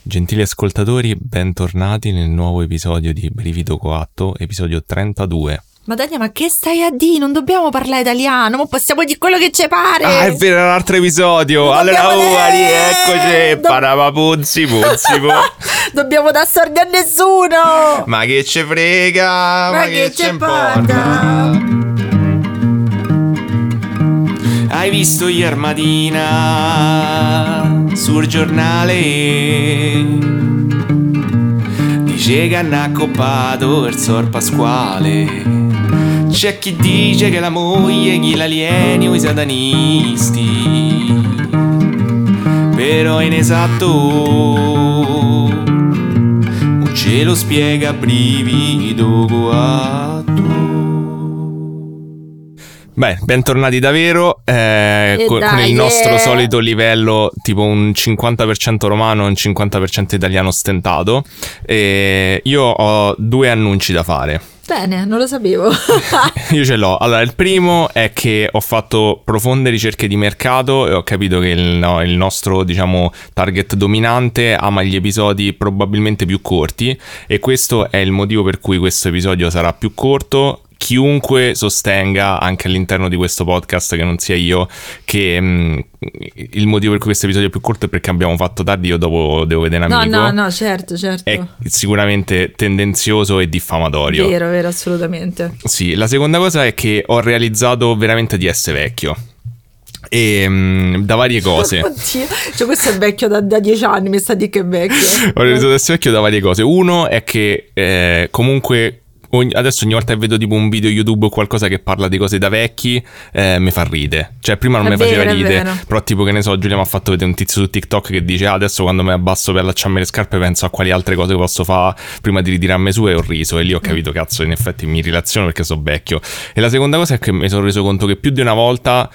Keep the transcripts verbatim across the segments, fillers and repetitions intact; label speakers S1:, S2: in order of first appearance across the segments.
S1: Gentili ascoltatori, bentornati nel nuovo episodio di Brivido Coatto, episodio trentadue.
S2: Ma Dania, ma che stai a dire? Non dobbiamo parlare italiano, ma possiamo dire quello che ci pare.
S1: Ah, è vero, è un altro episodio. Allora, uari, eccoci,
S2: Do-
S1: parapapuzzi, puzzi, po.
S2: Dobbiamo dar sordi a nessuno.
S1: Ma che ce frega, ma,
S2: Ma
S1: che,
S2: che
S1: ce
S2: ce
S1: importa?
S2: importa?
S1: Hai visto ieri mattina sul giornale? Dice che hanno accoppato il Sor Pasquale. C'è chi dice che la moglie chi l'alieni o i satanisti. Però è inesatto, non ce lo spiega Brivido Coatto. Beh, bentornati davvero, eh, con, con il nostro
S2: eh.
S1: solito livello, tipo un cinquanta per cento romano e un cinquanta per cento italiano stentato. E io ho due annunci da fare.
S2: Bene, non lo sapevo.
S1: Io ce l'ho. Allora, il primo è che ho fatto profonde ricerche di mercato e ho capito che il, no, il nostro, diciamo, target dominante ama gli episodi probabilmente più corti, e questo è il motivo per cui questo episodio sarà più corto. Chiunque sostenga, anche all'interno di questo podcast che non sia io, che mh, il motivo per cui questo episodio è più corto è perché abbiamo fatto tardi, io dopo devo vedere un
S2: No,
S1: amico.
S2: no, no, certo, certo.
S1: È sicuramente tendenzioso e diffamatorio.
S2: Vero, vero, assolutamente.
S1: Sì, la seconda cosa è che ho realizzato veramente di essere vecchio. E mh, da varie cose.
S2: Oddio, cioè questo è vecchio da, da dieci anni, mi sta di che è vecchio.
S1: Ho realizzato di essere vecchio da varie cose. Uno è che eh, comunque ogni, adesso ogni volta che vedo tipo un video YouTube o qualcosa che parla di cose da vecchi, eh, mi fa ride. Cioè prima non
S2: È
S1: mi faceva
S2: vero, è
S1: ride,
S2: vero.
S1: però tipo che ne so, Giulia mi ha fatto vedere un tizio su TikTok che dice: ah, adesso quando mi abbasso per allacciarmi le scarpe penso a quali altre cose posso fare prima di ritirarmi su, e ho riso. E lì ho capito, cazzo, in effetti mi relaziono perché so vecchio. E la seconda cosa è che mi sono reso conto che più di una volta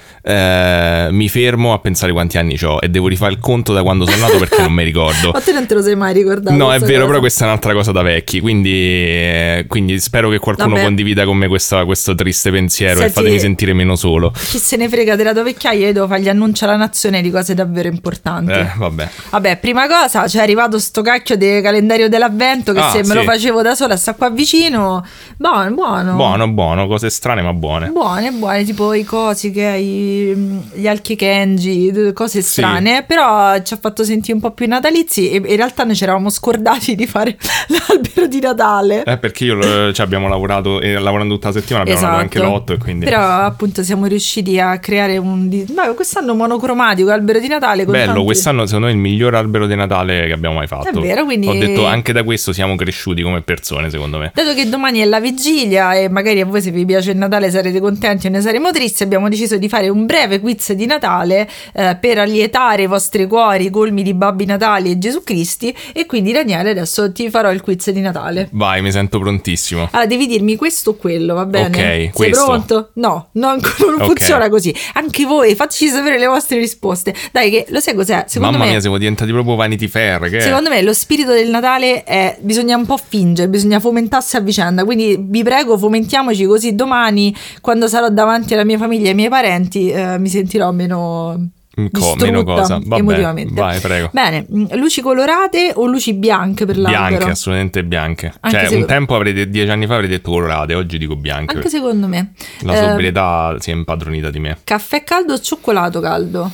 S1: eh, mi fermo a pensare quanti anni ho e devo rifare il conto da quando sono nato perché non mi ricordo.
S2: Ma te non te lo sei mai ricordato?
S1: No, è
S2: questa
S1: vero,
S2: cosa?
S1: però questa è un'altra cosa da vecchi, quindi, eh, quindi spero che qualcuno
S2: Vabbè.
S1: condivida con me questa, questo triste pensiero.
S2: Senti,
S1: e fatemi sentire meno solo.
S2: Chi se ne frega della tua vecchiaia, io devo fargli annuncio alla nazione di cose davvero importanti.
S1: Eh, vabbè.
S2: Vabbè, prima cosa, c'è arrivato sto cacchio del calendario dell'avvento che
S1: Ah,
S2: se me
S1: sì.
S2: lo facevo da sola sta qua vicino. Buono, buono.
S1: Buono, buono, cose strane ma buone.
S2: Buone, buone, tipo i cosi che i, gli alchi Kenji, cose strane, però ci ha fatto sentire un po' più natalizi, e in realtà noi ci eravamo scordati di fare l'albero di Natale.
S1: Eh, perché io lo- cioè, abbiamo lavorato e lavorando tutta la settimana abbiamo lavorato anche l'otto, e quindi
S2: Però appunto siamo riusciti a creare un di- ma quest'anno monocromatico albero di Natale con
S1: bello,
S2: tanti-
S1: quest'anno secondo me è il miglior albero di Natale che abbiamo mai fatto.
S2: È vero, quindi-
S1: Ho detto anche da questo siamo cresciuti come persone, secondo me.
S2: Dato che domani è la vigilia e magari a voi, se vi piace il Natale, sarete contenti o ne saremo tristi, abbiamo deciso di fare un breve quiz di Natale eh, per allietare i vostri cuori colmi di Babbi Natali e Gesù Cristi. E quindi Daniele, adesso ti farò il quiz di Natale.
S1: Vai, mi sento prontissimo.
S2: Allora devi dirmi questo o quello, va bene?
S1: Ok,
S2: Sei
S1: questo.
S2: pronto? No, no, ancora non
S1: Ok.
S2: funziona così. Anche voi fateci sapere le vostre risposte. Dai, che lo sai cos'è? Secondo
S1: Mamma
S2: me
S1: mia, siamo diventati proprio Vanity Fair. Che è?
S2: Secondo me lo spirito del Natale è bisogna un po' fingere, bisogna fomentarsi a vicenda, quindi vi prego fomentiamoci, così domani quando sarò davanti alla mia famiglia e ai miei parenti eh, mi sentirò meno
S1: Co-
S2: distrutta
S1: meno cosa. Vabbè,
S2: emotivamente.
S1: vai, prego.
S2: Bene, mh, luci colorate o luci bianche per l'albero?
S1: Bianche, assolutamente bianche.
S2: Anche
S1: Cioè,
S2: se-
S1: un tempo avrete, dieci anni fa avrei detto colorate, oggi dico bianche.
S2: Anche secondo me.
S1: La
S2: Eh,
S1: sobrietà si è impadronita di me.
S2: caffè caldo o cioccolato caldo?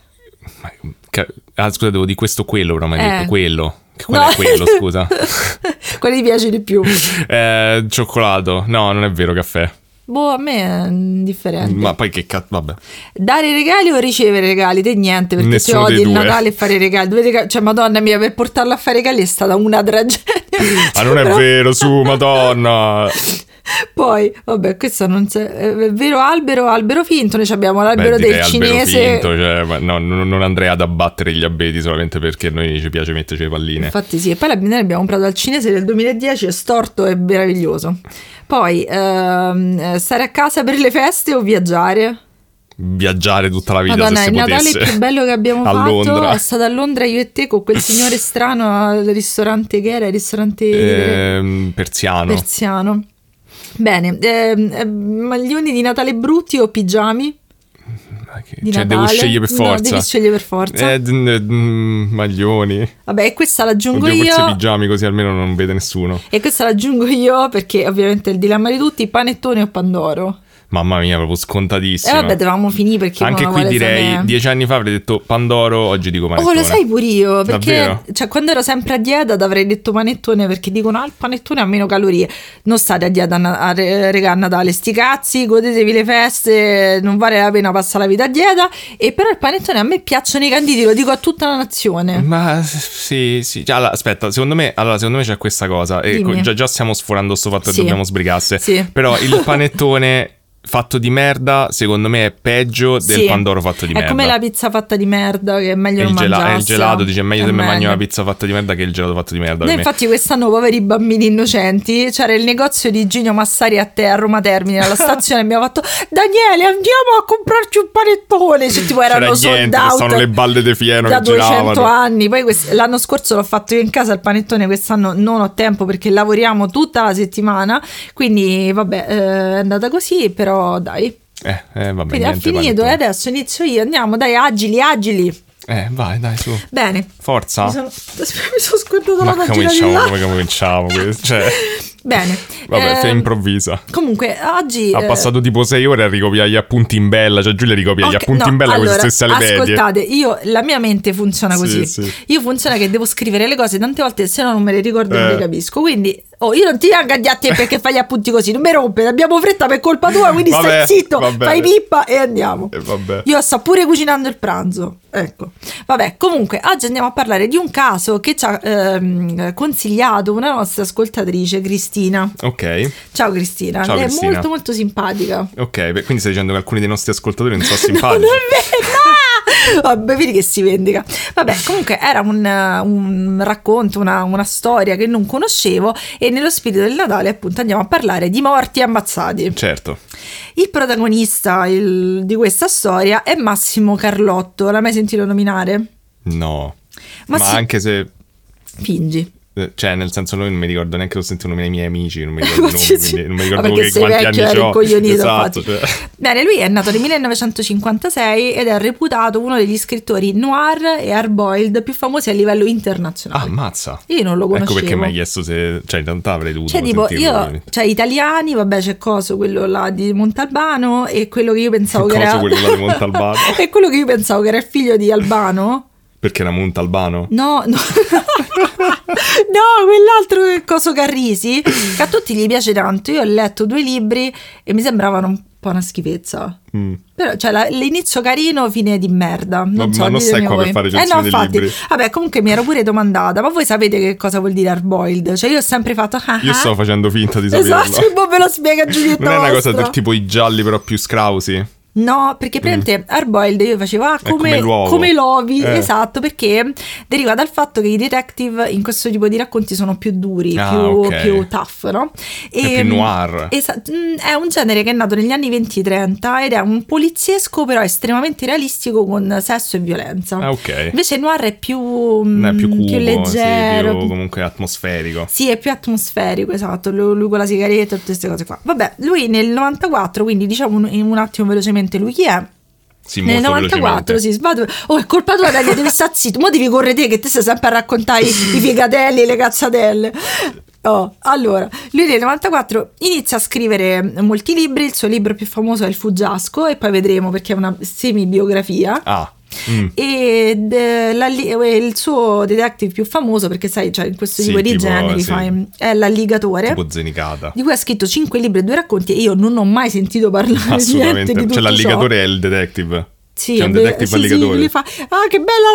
S1: Ma- ca- Ah, scusa, devo di questo o quello, però mi hai
S2: Eh.
S1: detto quello. Che qual
S2: No.
S1: è quello, scusa?
S2: Quale ti piace di più?
S1: eh, cioccolato. No, non è vero, caffè.
S2: Boh, a me è indifferente.
S1: Ma poi che cazzo, vabbè.
S2: Dare regali o ricevere regali? Te niente, perché
S1: Nessuno
S2: ti odi
S1: dei
S2: il
S1: due.
S2: Natale e fare regali. Dovete ca- cioè, madonna mia, per portarlo a fare regali è stata una tragedia.
S1: Ah, non è
S2: Però-
S1: vero, su, madonna.
S2: Poi, vabbè, questo non c'è. È vero albero, albero finto. Noi abbiamo l'albero
S1: Beh, direi
S2: del
S1: albero
S2: cinese.
S1: finto, cioè, ma no, non non andrei ad abbattere gli abeti solamente perché a noi ci piace metterci le palline.
S2: Infatti sì, e poi la- noi l'abbiamo comprato al cinese del duemiladieci, è storto e meraviglioso. Poi, ehm, stare a casa per le feste o viaggiare?
S1: Viaggiare tutta la vita,
S2: Madonna,
S1: se
S2: il
S1: si
S2: Natale
S1: potesse.
S2: più bello che abbiamo
S1: A
S2: fatto
S1: Londra.
S2: è stato a Londra, io e te, con quel signore strano al ristorante, che era il ristorante
S1: Ehm, persiano.
S2: persiano. Bene, ehm, eh, maglioni di Natale brutti o pigiami? Di
S1: cioè
S2: Natale.
S1: devo scegliere per forza.
S2: No, devi scegliere per forza.
S1: Eh, d- mm, maglioni.
S2: Vabbè, e questa l'aggiungo
S1: Oddio,
S2: io.
S1: forse pigiami, così almeno non vede nessuno.
S2: E questa l'aggiungo io perché ovviamente il dilemma di tutti, panettone o pandoro.
S1: Mamma mia, proprio
S2: E
S1: scontatissimo.
S2: vabbè, dovevamo finire perché
S1: Anche
S2: uno
S1: qui
S2: vuole
S1: direi
S2: sapere.
S1: dieci anni fa avrei detto Pandoro, oggi dico panettone.
S2: Oh, lo sai pure io, perché
S1: Davvero?
S2: cioè, quando ero sempre a dieta avrei detto panettone perché dicono ah, il panettone ha meno calorie. Non state a dieta a, na- a re- regà a Natale, sti cazzi, godetevi le feste, non vale la pena passare la vita a dieta. E però il panettone a me piacciono i canditi, lo dico a tutta la nazione.
S1: Ma sì, sì. Cioè, allora, aspetta, secondo me, allora, secondo me c'è questa cosa. E
S2: Dimmi.
S1: già, già stiamo sforando sto fatto
S2: Sì.
S1: che dobbiamo sbrigarsi.
S2: Sì.
S1: Però il panettone fatto di merda, secondo me, è peggio del
S2: Sì.
S1: pandoro fatto di
S2: È
S1: merda.
S2: come la pizza fatta di merda, che è meglio
S1: E
S2: non
S1: il, gela-
S2: mangiarsi.
S1: e il gelato dice meglio
S2: È
S1: se mi mangio
S2: meglio.
S1: una pizza fatta di merda che il gelato fatto di merda.
S2: Noi
S1: per me.
S2: infatti quest'anno, poveri bambini innocenti, c'era il negozio di Ginio Massari a te a Roma Termine alla stazione e mi ha fatto Daniele andiamo a comprarci un panettone, cioè, tipo erano
S1: C'era
S2: sold
S1: niente,
S2: out
S1: stavano le balle di fieno
S2: da
S1: che giravano.
S2: duecento anni. Poi quest- l'anno scorso l'ho fatto io in casa il panettone, quest'anno non ho tempo perché lavoriamo tutta la settimana, quindi vabbè, eh, è andata così, però dai.
S1: Eh, eh, vabbè,
S2: Quindi ha
S1: niente,
S2: finito e
S1: panettone.
S2: adesso inizio io, andiamo dai, agili, agili.
S1: Eh, vai, dai, su.
S2: Bene.
S1: Forza.
S2: Mi sono, mi sono scordato
S1: Ma
S2: la pagina di
S1: cominciamo,
S2: là.
S1: come cominciamo? questo? Cioè,
S2: Bene.
S1: vabbè,
S2: Ehm,
S1: se improvvisa.
S2: Comunque, oggi...
S1: Ha
S2: eh,
S1: passato tipo sei ore a ricopiare gli appunti in bella. Cioè, Giulia ricopia gli
S2: ok,
S1: appunti
S2: no,
S1: in bella
S2: allora,
S1: come se stesse alle medie.
S2: ascoltate, io, la mia mente funziona
S1: Sì,
S2: così.
S1: sì.
S2: Io funziona che devo scrivere le cose tante volte, se no non me le ricordo e non
S1: Eh.
S2: le capisco. Quindi, oh, io non ti ingaggi a te perché fai gli appunti così, non mi rompe, abbiamo fretta per colpa tua, quindi
S1: Vabbè,
S2: stai zitto,
S1: va bene.
S2: fai pippa e andiamo.
S1: Eh, vabbè.
S2: Io sto pure cucinando il pranzo. Ecco. Vabbè, comunque, oggi andiamo a parlare di un caso che ci ha ehm, consigliato una nostra ascoltatrice, Cristina.
S1: Ok,
S2: Ciao Cristina,
S1: Ciao,
S2: lei
S1: Cristina.
S2: è molto molto simpatica.
S1: ok. beh, Quindi stai dicendo che alcuni dei nostri ascoltatori non sono
S2: No,
S1: simpatici.
S2: non è vero, no! Vabbè, vedi che si vendica. Vabbè, comunque era un, un racconto, una, una storia che non conoscevo e nello spirito del Natale appunto andiamo a parlare di morti e ammazzati.
S1: Certo.
S2: Il protagonista il- di questa storia è Massimo Carlotto, l'hai mai sentito nominare?
S1: No.
S2: Ma
S1: Ma,
S2: sì-
S1: anche se...
S2: Fingi.
S1: eh, Cioè, nel senso, noi non mi ricordo neanche se ho sentito uno dei miei amici, non mi ricordo i
S2: Ma
S1: nomi,
S2: sì, sì.
S1: quindi non mi
S2: Ma
S1: ricordo
S2: perché
S1: che,
S2: sei
S1: quanti
S2: vecchio,
S1: anni
S2: eri
S1: ho.
S2: incoglionito,
S1: Esatto,
S2: infatti.
S1: cioè.
S2: Bene, lui è nato nel millenovecentocinquantasei ed è reputato uno degli scrittori noir e hardboiled più famosi a livello
S1: Ah,
S2: internazionale.
S1: ammazza.
S2: Io non lo conoscevo.
S1: Ecco perché mi hai chiesto se... Cioè, in realtà avrei dovuto
S2: Cioè, tipo,
S1: sentirlo,
S2: io,
S1: probabilmente.
S2: cioè, italiani, vabbè, c'è Coso, quello là di Montalbano, e quello che io pensavo che
S1: Coso,
S2: era.
S1: quello là di Montalbano.
S2: E quello che io pensavo che era il figlio di Albano.
S1: Perché era Montalbano?
S2: No, no. No, quell'altro che Coso Carrisi, che a tutti gli piace tanto. Io ho letto due libri e mi sembravano un po' una schifezza.
S1: Mm.
S2: Però, cioè, la- l'inizio carino, fine di merda. Non
S1: Ma-
S2: so,
S1: ma non
S2: ditemi
S1: stai qua
S2: voi.
S1: per fare
S2: Eh no,
S1: recensioni dei
S2: infatti.
S1: libri.
S2: Vabbè, comunque mi ero pure domandata, ma voi sapete che cosa vuol dire hardboiled? Cioè, io ho sempre fatto ah,
S1: Io
S2: ah.
S1: sto facendo finta di saperlo.
S2: Esatto, un po' me lo spiega Giulietta.
S1: Non è una cosa
S2: vostra.
S1: del tipo i gialli però più scrausi?
S2: No, perché praticamente hardboiled io facevo ah,
S1: È
S2: come,
S1: come l'uovo.
S2: come l'ovi,
S1: Eh.
S2: esatto, perché deriva dal fatto che i detective in questo tipo di racconti sono più duri,
S1: Ah,
S2: più,
S1: ok.
S2: più tough, no?
S1: È più noir.
S2: Esatto, mm, è un genere che è nato negli anni venti trenta ed è un poliziesco però estremamente realistico con sesso e violenza.
S1: Ah, ok.
S2: Invece il noir è più, mm,
S1: Non è più cubo,
S2: leggero,
S1: sì, più comunque atmosferico.
S2: sì, è più atmosferico, esatto, lui, lui con la sigaretta e tutte queste cose qua. Vabbè, lui nel novantaquattro, quindi diciamo un, un attimo velocemente lui chi è?
S1: Sì,
S2: Nel
S1: molto
S2: novantaquattro
S1: velocemente.
S2: si sbaglia. Oh, è colpa tua, Daniele, devi stare zitto. Mo devi correre te, che te stai sempre a raccontare i, i piegatelli e le cazzatelle. Oh, allora, lui nel novantaquattro inizia a scrivere molti libri. Il suo libro più famoso è Il Fuggiasco, e poi vedremo perché è una semi-biografia.
S1: Ah, mm.
S2: Ed eh, la- eh, il suo detective più famoso, perché sai, cioè, in questo
S1: Sì,
S2: tipo di
S1: tipo,
S2: generi
S1: sì.
S2: fai- è l'Alligatore,
S1: tipo Zenicata.
S2: di cui ha scritto cinque libri e due racconti, e io non ho mai sentito parlare di niente
S1: Assolutamente.
S2: di tutto
S1: Cioè,
S2: ciò.
S1: l'alligatore è il detective.
S2: Sì,
S1: C'è un
S2: è be-
S1: detective
S2: sì,
S1: alligatore.
S2: sì, gli fa, ah che bella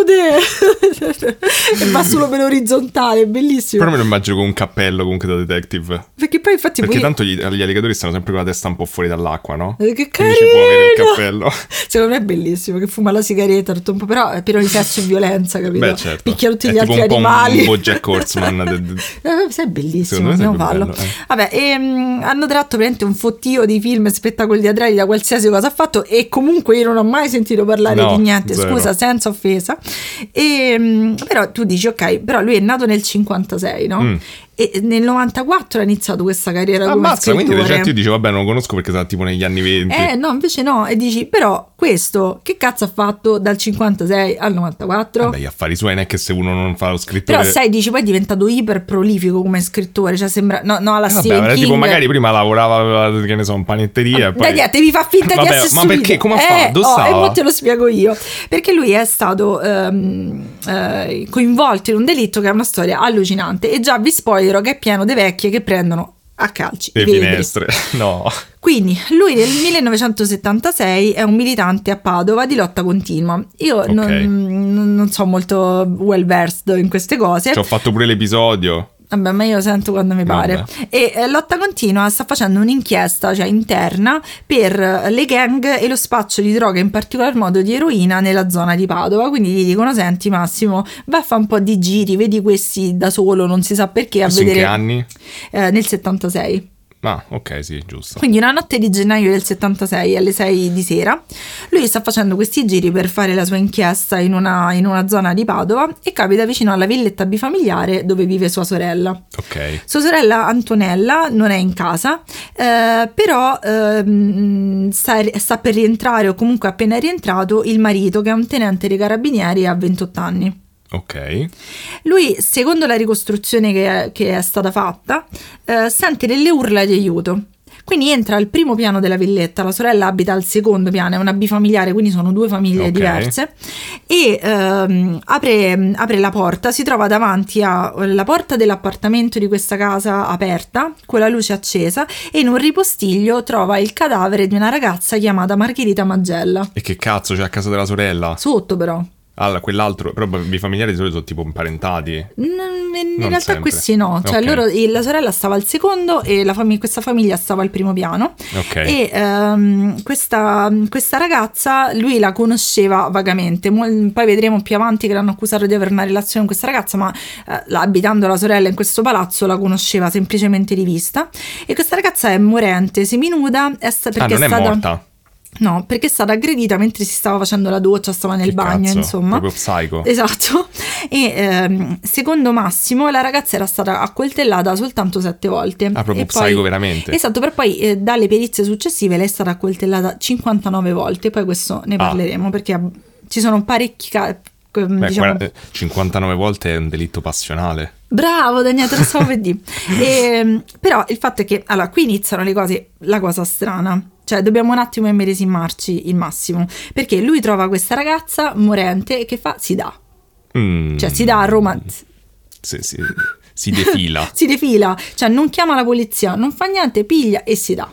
S2: la palude e va solo per orizzontale, è bellissimo.
S1: Però me lo immagino con un cappello comunque da detective.
S2: Perché poi infatti
S1: Perché
S2: poi...
S1: tanto gli, gli alligatori stanno sempre con la testa un po' fuori dall'acqua, no?
S2: Eh, che
S1: Quindi ci può avere il
S2: carino!
S1: cappello.
S2: Secondo me è bellissimo, che fuma la sigaretta tutto un po', però è pieno di sesso e violenza, capito?
S1: Beh, certo.
S2: Picchia tutti
S1: È
S2: gli
S1: tipo
S2: altri
S1: un po'
S2: animali.
S1: un BoJack Horseman. de- de-
S2: Eh, sai, è bellissimo,
S1: Secondo me
S2: dobbiamo
S1: sarebbe
S2: farlo.
S1: bello, eh.
S2: Vabbè, ehm, hanno tratto veramente un fottio di film e spettacoli teatrali da qualsiasi cosa ha fatto, e comunque io non ho mai sentito parlare
S1: No,
S2: di niente,
S1: zero.
S2: scusa, senza offesa. E, però tu dici ok, però lui è nato nel cinquantasei, no?
S1: Mm.
S2: E nel novantaquattro ha iniziato questa carriera come
S1: Ammazza,
S2: scrittore.
S1: quindi recente io dicevo, vabbè, non lo conosco perché sta tipo negli anni venti.
S2: Eh no, invece no, e dici, però questo che cazzo ha fatto dal cinquantasei al novantaquattro?
S1: Vabbè, gli affari suoi non è che se uno non fa lo scrittore...
S2: Però sai, dici, poi è diventato iper prolifico come scrittore, cioè sembra, no, no alla
S1: Eh, vabbè,
S2: Stephen King.
S1: tipo magari prima lavorava, che ne so, in panetteria e poi...
S2: Dai, niente, mi fa finta
S1: Vabbè,
S2: di essere
S1: ma
S2: stupido.
S1: perché? Come ha
S2: eh,
S1: fatto? Dove
S2: oh,
S1: stava?
S2: E mo te lo spiego io. Perché lui è stato ehm, eh, coinvolto in un delitto che è una storia allucinante, e già vi spoilerò che è pieno di vecchie che prendono a calci
S1: Le
S2: i vetri.
S1: finestre, no.
S2: Quindi lui nel millenovecentosettantasei è un militante a Padova di lotta continua. Io
S1: Ok.
S2: non, non so molto well versed in queste cose.
S1: Ci ho fatto pure l'episodio.
S2: Vabbè, ma io sento quando mi pare.
S1: Vabbè.
S2: E eh, Lotta Continua sta facendo un'inchiesta, cioè interna, per eh, le gang e lo spaccio di droga, in particolar modo di eroina, nella zona di Padova. Quindi gli dicono: senti Massimo, vai a fare un po' di giri, vedi questi da solo, non si sa perché, a
S1: Questo in
S2: vedere...
S1: che anni?
S2: Eh, nel settantasei.
S1: Ah, ok, sì, giusto.
S2: Quindi una notte di gennaio del settantasei alle sei di sera lui sta facendo questi giri per fare la sua inchiesta in una, in una zona di Padova, e capita vicino alla villetta bifamiliare dove vive sua sorella.
S1: Ok.
S2: Sua sorella Antonella non è in casa, eh, però ehm, sta, sta per rientrare, o comunque appena è rientrato, il marito, che è un tenente dei carabinieri, ha ventotto anni.
S1: Ok.
S2: Lui, secondo la ricostruzione che è, che è stata fatta, eh, sente delle urla di aiuto. Quindi entra al primo piano della villetta, la sorella abita al secondo piano, è una bifamiliare, quindi sono due famiglie
S1: Ok.
S2: diverse, e ehm, apre, apre la porta, si trova davanti alla porta dell'appartamento di questa casa aperta, con la luce accesa, e in un ripostiglio trova il cadavere di una ragazza chiamata Margherita Magella.
S1: E che cazzo c'è a casa della sorella?
S2: Sotto però.
S1: Allora, quell'altro, però i familiari di solito sono tipo imparentati.
S2: Mm, In, in
S1: Non
S2: realtà
S1: sempre.
S2: questi no, cioè
S1: Ok.
S2: loro, la sorella stava al secondo e la fami- questa famiglia stava al primo piano.
S1: Ok.
S2: E ehm, questa, questa ragazza lui la conosceva vagamente. Mo- poi vedremo più avanti che l'hanno accusato di avere una relazione con questa ragazza, ma eh, la- abitando la sorella in questo palazzo la conosceva semplicemente di vista. E questa ragazza è morente, seminuda, è sta-
S1: Ah,
S2: perché
S1: non è
S2: stata...
S1: morta?
S2: No, perché è stata aggredita mentre si stava facendo la doccia, stava nel
S1: Che
S2: bagno,
S1: cazzo?
S2: insomma.
S1: Proprio psycho.
S2: Esatto. E ehm, secondo Massimo la ragazza era stata accoltellata soltanto sette volte.
S1: Ah, proprio
S2: E poi-
S1: psycho veramente?
S2: Esatto, per poi eh, dalle perizie successive lei è stata accoltellata cinquantanove volte, poi questo ne
S1: Ah.
S2: parleremo perché ab- ci sono parecchi ca-
S1: Beh,
S2: diciamo...
S1: guarda, cinquantanove volte è un delitto passionale.
S2: Bravo Daniele, te lo stavo per dire. E, però il fatto è che, allora, qui iniziano le cose, la cosa strana. Cioè, dobbiamo un attimo immedesimarci il Massimo. Perché lui trova questa ragazza morente e che fa? Si dà.
S1: Mm.
S2: Cioè, si dà a Roma...
S1: Sì, sì, si defila.
S2: si defila. Cioè, non chiama la polizia, non fa niente, piglia e si dà.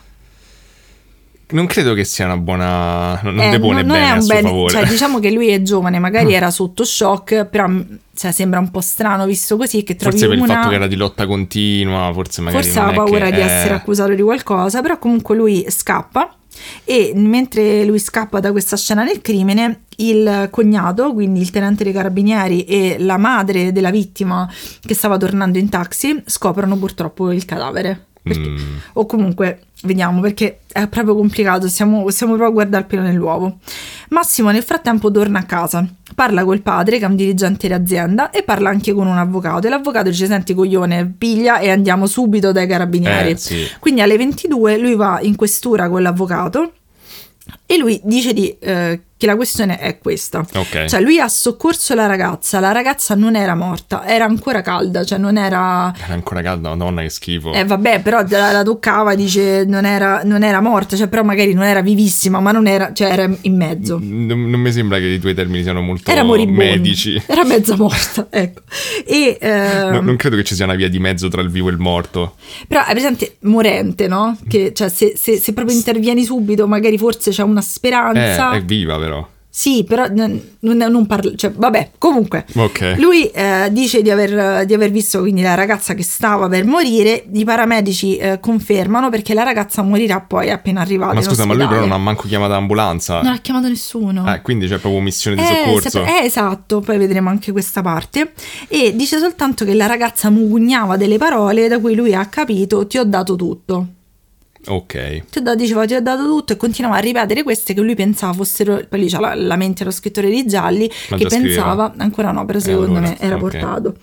S1: Non credo che sia una buona... Non
S2: Eh,
S1: depone
S2: non- non
S1: bene
S2: è un
S1: a suo
S2: bene-
S1: favore.
S2: cioè, diciamo che lui è giovane, magari era sotto shock, però cioè, sembra un po' strano visto così che trovi
S1: Forse per il
S2: una...
S1: fatto che era di lotta continua, forse magari
S2: Forse
S1: non
S2: ha
S1: è
S2: paura
S1: che
S2: di
S1: è-
S2: essere accusato di qualcosa, però comunque lui scappa, e mentre lui scappa da questa scena del crimine, il cognato, quindi il tenente dei carabinieri, e la madre della vittima che stava tornando in taxi scoprono purtroppo il cadavere. Perché-
S1: Mm.
S2: O comunque, vediamo, perché è proprio complicato, stiamo, stiamo proprio a guardare il pelo nell'uovo. Massimo nel frattempo torna a casa, parla col padre che è un dirigente d'azienda e parla anche con un avvocato, e l'avvocato dice: senti coglione, piglia e andiamo subito dai carabinieri.
S1: Eh, sì.
S2: Quindi alle ventidue lui va in questura con l'avvocato e lui dice di, eh, che la questione è questa.
S1: Ok.
S2: Cioè lui ha soccorso la ragazza, la ragazza non era morta, era ancora calda, cioè non era...
S1: Era ancora calda, madonna, che schifo.
S2: Eh vabbè, però la, la toccava, dice non era, non era morta, cioè però magari non era vivissima, ma non era, cioè era in mezzo.
S1: Non, non mi sembra che i tuoi termini siano molto
S2: Era moribonda,
S1: medici.
S2: era mezza morta, ecco. E, ehm,
S1: No, non credo che ci sia una via di mezzo tra il vivo e il morto.
S2: però è presente morente, no? Che cioè, se, se, se proprio intervieni subito, magari forse c'è una
S1: Eh,
S2: speranza.
S1: è viva però.
S2: Sì, però non, non, non parla, cioè vabbè, comunque
S1: Ok.
S2: lui eh, dice di aver, di aver visto quindi la ragazza che stava per morire. I paramedici eh, confermano, perché la ragazza morirà poi appena arrivata
S1: Ma
S2: in
S1: scusa, ma lui però
S2: ospedale.
S1: non ha manco chiamato l'ambulanza.
S2: Non ha chiamato nessuno.
S1: Eh, quindi c'è proprio missione di
S2: Eh,
S1: soccorso.
S2: sap- eh, esatto, poi vedremo anche questa parte. E dice soltanto che la ragazza mugugnava delle parole da cui lui ha capito: ti ho dato tutto.
S1: Ok.
S2: Ti ho dato, diceva, ti ho dato tutto, e continuava a ripetere queste che lui pensava fossero, poi lì c'ha la, la mente lo scrittore di gialli,
S1: Ma
S2: che
S1: già scriveva?
S2: pensava, ancora no, però secondo
S1: allora,
S2: me era
S1: ok.
S2: portato,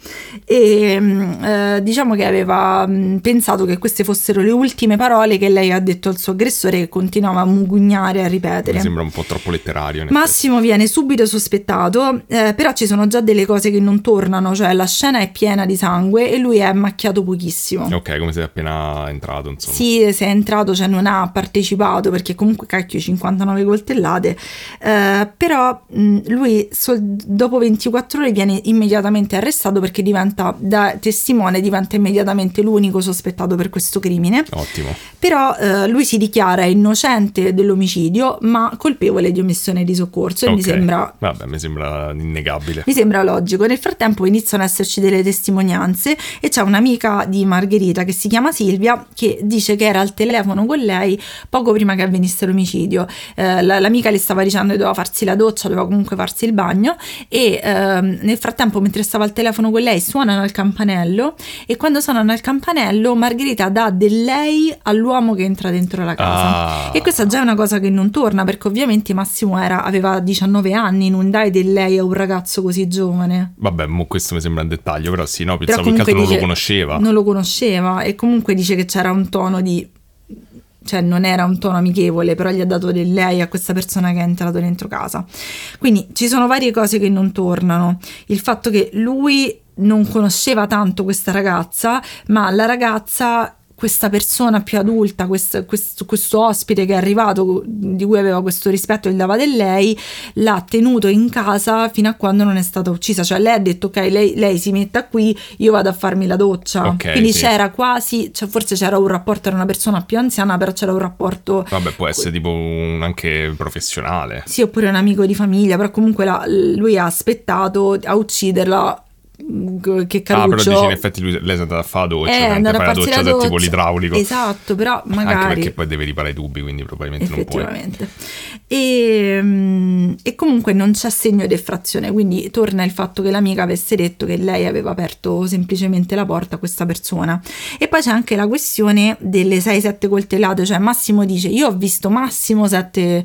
S2: e mh, eh, diciamo che aveva mh, pensato che queste fossero le ultime parole che lei ha detto al suo aggressore, che continuava a mugugnare, a ripetere.
S1: Mi sembra un po' troppo letterario. in
S2: Massimo viene subito sospettato, eh, però ci sono già delle cose che non tornano, cioè la scena è piena di sangue e lui è macchiato pochissimo.
S1: effetti. Ok, come se è appena entrato, insomma.
S2: Sì, se è entrato, cioè non ha partecipato, perché comunque cacchio cinquantanove coltellate, eh, però mh, lui sol- dopo ventiquattro ore viene immediatamente arrestato, perché diventa, da testimone diventa immediatamente l'unico sospettato per questo crimine.
S1: Ottimo.
S2: Però eh, lui si dichiara innocente dell'omicidio ma colpevole di omissione di soccorso, e
S1: Ok.
S2: mi sembra
S1: Vabbè, mi sembra innegabile.
S2: mi sembra logico. Nel frattempo iniziano ad esserci delle testimonianze, e c'è un'amica di Margherita che si chiama Silvia, che dice che era al telefono con lei poco prima che avvenisse l'omicidio. Eh, la- l'amica le stava dicendo che doveva farsi la doccia, doveva comunque farsi il bagno, e ehm, nel frattempo, mentre stava al telefono con lei, suonano al campanello, e quando suonano al campanello Margherita dà del lei all'uomo che entra dentro la casa.
S1: Ah.
S2: E questa già è una cosa che non torna, perché ovviamente Massimo era, aveva diciannove anni, non dai del lei a un ragazzo così giovane.
S1: Vabbè, mo questo mi sembra un dettaglio, però sì, no,
S2: Però
S1: pensavo che altro non lo
S2: dice-
S1: conosceva.
S2: Non lo conosceva, e comunque dice che c'era un tono di... cioè non era un tono amichevole, però gli ha dato del lei a questa persona che è entrato dentro casa. Quindi ci sono varie cose che non tornano. Il fatto che lui non conosceva tanto questa ragazza, ma la ragazza, questa persona più adulta, questo, questo, questo ospite che è arrivato, di cui aveva questo rispetto e gli dava del lei, l'ha tenuto in casa fino a quando non è stata uccisa. Cioè lei ha detto ok, lei, lei si metta qui, io vado a farmi la doccia.
S1: Ok,
S2: Quindi
S1: sì.
S2: c'era quasi, cioè forse c'era un rapporto, era una persona più anziana, però c'era un rapporto...
S1: Vabbè, può essere tipo un, anche professionale.
S2: Sì, oppure un amico di famiglia, però comunque la- lui ha aspettato a ucciderla. Che Caruccio...
S1: Ah, però dici in effetti lui, lei è andata a fare la doccia,
S2: Eh, è
S1: mentre
S2: andata a
S1: fai la
S2: farsi
S1: doccia
S2: la
S1: se è tipo
S2: doccia.
S1: l'idraulico.
S2: Esatto, però magari...
S1: Anche perché poi deve riparare i tubi, quindi probabilmente non puoi.
S2: Effettivamente. E, mm, e comunque non c'è segno di effrazione, quindi torna il fatto che l'amica avesse detto che lei aveva aperto semplicemente la porta a questa persona. E poi c'è anche la questione delle sei sette coltellate, cioè Massimo dice io ho visto massimo sette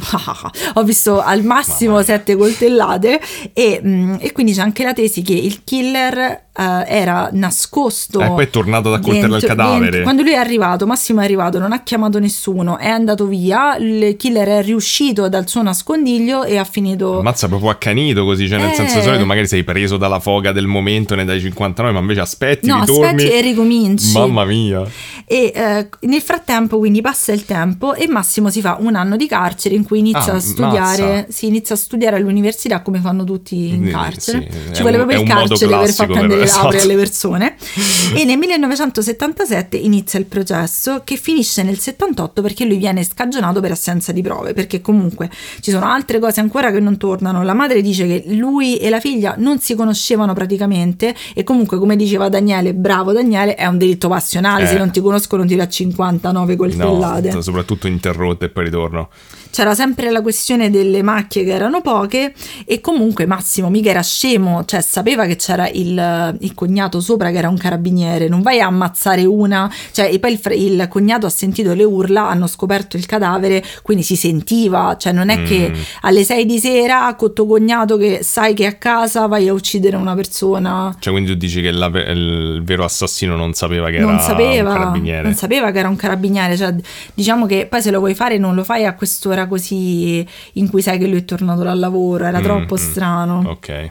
S2: ho visto al massimo
S1: Mamma mia.
S2: sette coltellate, e, mm, e quindi c'è anche la tesi che il killer eh, era nascosto.
S1: E poi è tornato ad accoltellare il
S2: dentro-
S1: cadavere.
S2: dentro- quando lui è arrivato, Massimo è arrivato, non ha chiamato nessuno, è andato via, il killer è riuscito dal suo nascondiglio e ha finito...
S1: Ammazza, proprio accanito così, cioè nel
S2: Eh.
S1: senso solito magari sei preso dalla foga del momento, ne dai cinquantanove, ma invece aspetti,
S2: No,
S1: ritorni.
S2: aspetti e ricominci.
S1: Mamma mia.
S2: E eh, nel frattempo quindi passa il tempo e Massimo si fa un anno di carcere in cui inizia
S1: Ah,
S2: a studiare,
S1: mazza.
S2: si inizia a studiare all'università come fanno tutti in
S1: Sì,
S2: carcere.
S1: sì,
S2: Ci
S1: è
S2: vuole
S1: un-
S2: proprio
S1: è
S2: il
S1: un modo
S2: carcere per far
S1: classico
S2: prendere
S1: per-
S2: le lauree
S1: esatto.
S2: alle persone. E nel millenovecentosettantasette inizia il processo, che finisce nel settantotto perché lui viene scagionato per assenza di prove, perché comunque ci sono altre cose ancora che non tornano. La madre dice che lui e la figlia non si conoscevano praticamente, e comunque, come diceva Daniele, bravo Daniele, è un delitto passionale,
S1: Eh.
S2: se non ti conoscono ti dà cinquantanove coltellate.
S1: No, soprattutto interrotte e poi ritorno.
S2: C'era sempre la questione delle macchie che erano poche, e comunque Massimo mica era scemo, cioè sapeva che c'era il, il cognato sopra che era un carabiniere, non vai a ammazzare una, cioè, e poi il, fr- il cognato ha sentito le urla, hanno scoperto il cadavere, quindi si sentiva, cioè non è
S1: Mm.
S2: che alle sei di sera con tuo cognato che sai che è a casa vai a uccidere una persona.
S1: Cioè, quindi tu dici che la- il vero assassino non sapeva che
S2: Non
S1: era
S2: sapeva,
S1: un carabiniere.
S2: non sapeva che era un carabiniere, cioè diciamo che poi se lo vuoi fare non lo fai a quest'ora così in cui sai che lui è tornato dal lavoro, era
S1: Mm,
S2: troppo
S1: mm.
S2: strano.
S1: Ok.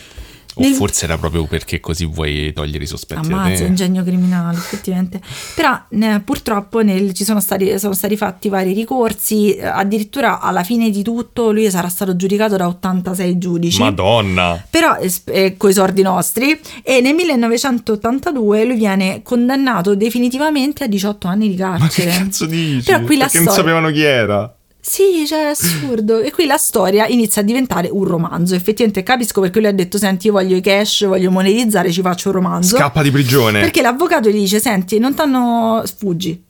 S1: O
S2: Nel-
S1: forse era proprio perché così vuoi togliere i sospetti da
S2: Ammazza,
S1: te.
S2: ingegno criminale, effettivamente. Però ne- purtroppo nel- ci sono stati, sono stati fatti vari ricorsi, eh, addirittura alla fine di tutto lui sarà stato giudicato da ottantasei giudici.
S1: Madonna.
S2: Però eh, coi sordi nostri, e nel millenovecentottantadue lui viene condannato definitivamente a diciotto anni di
S1: Ma che
S2: carcere.
S1: cazzo dici?
S2: Però qui la
S1: Perché non
S2: storia-
S1: sapevano chi era.
S2: Sì, cioè è assurdo. E qui la storia inizia a diventare un romanzo. Effettivamente capisco perché lui ha detto senti, io voglio i cash, voglio monetizzare, ci faccio un romanzo.
S1: Scappa di prigione.
S2: Perché l'avvocato gli dice senti, non t'hanno... sfuggi.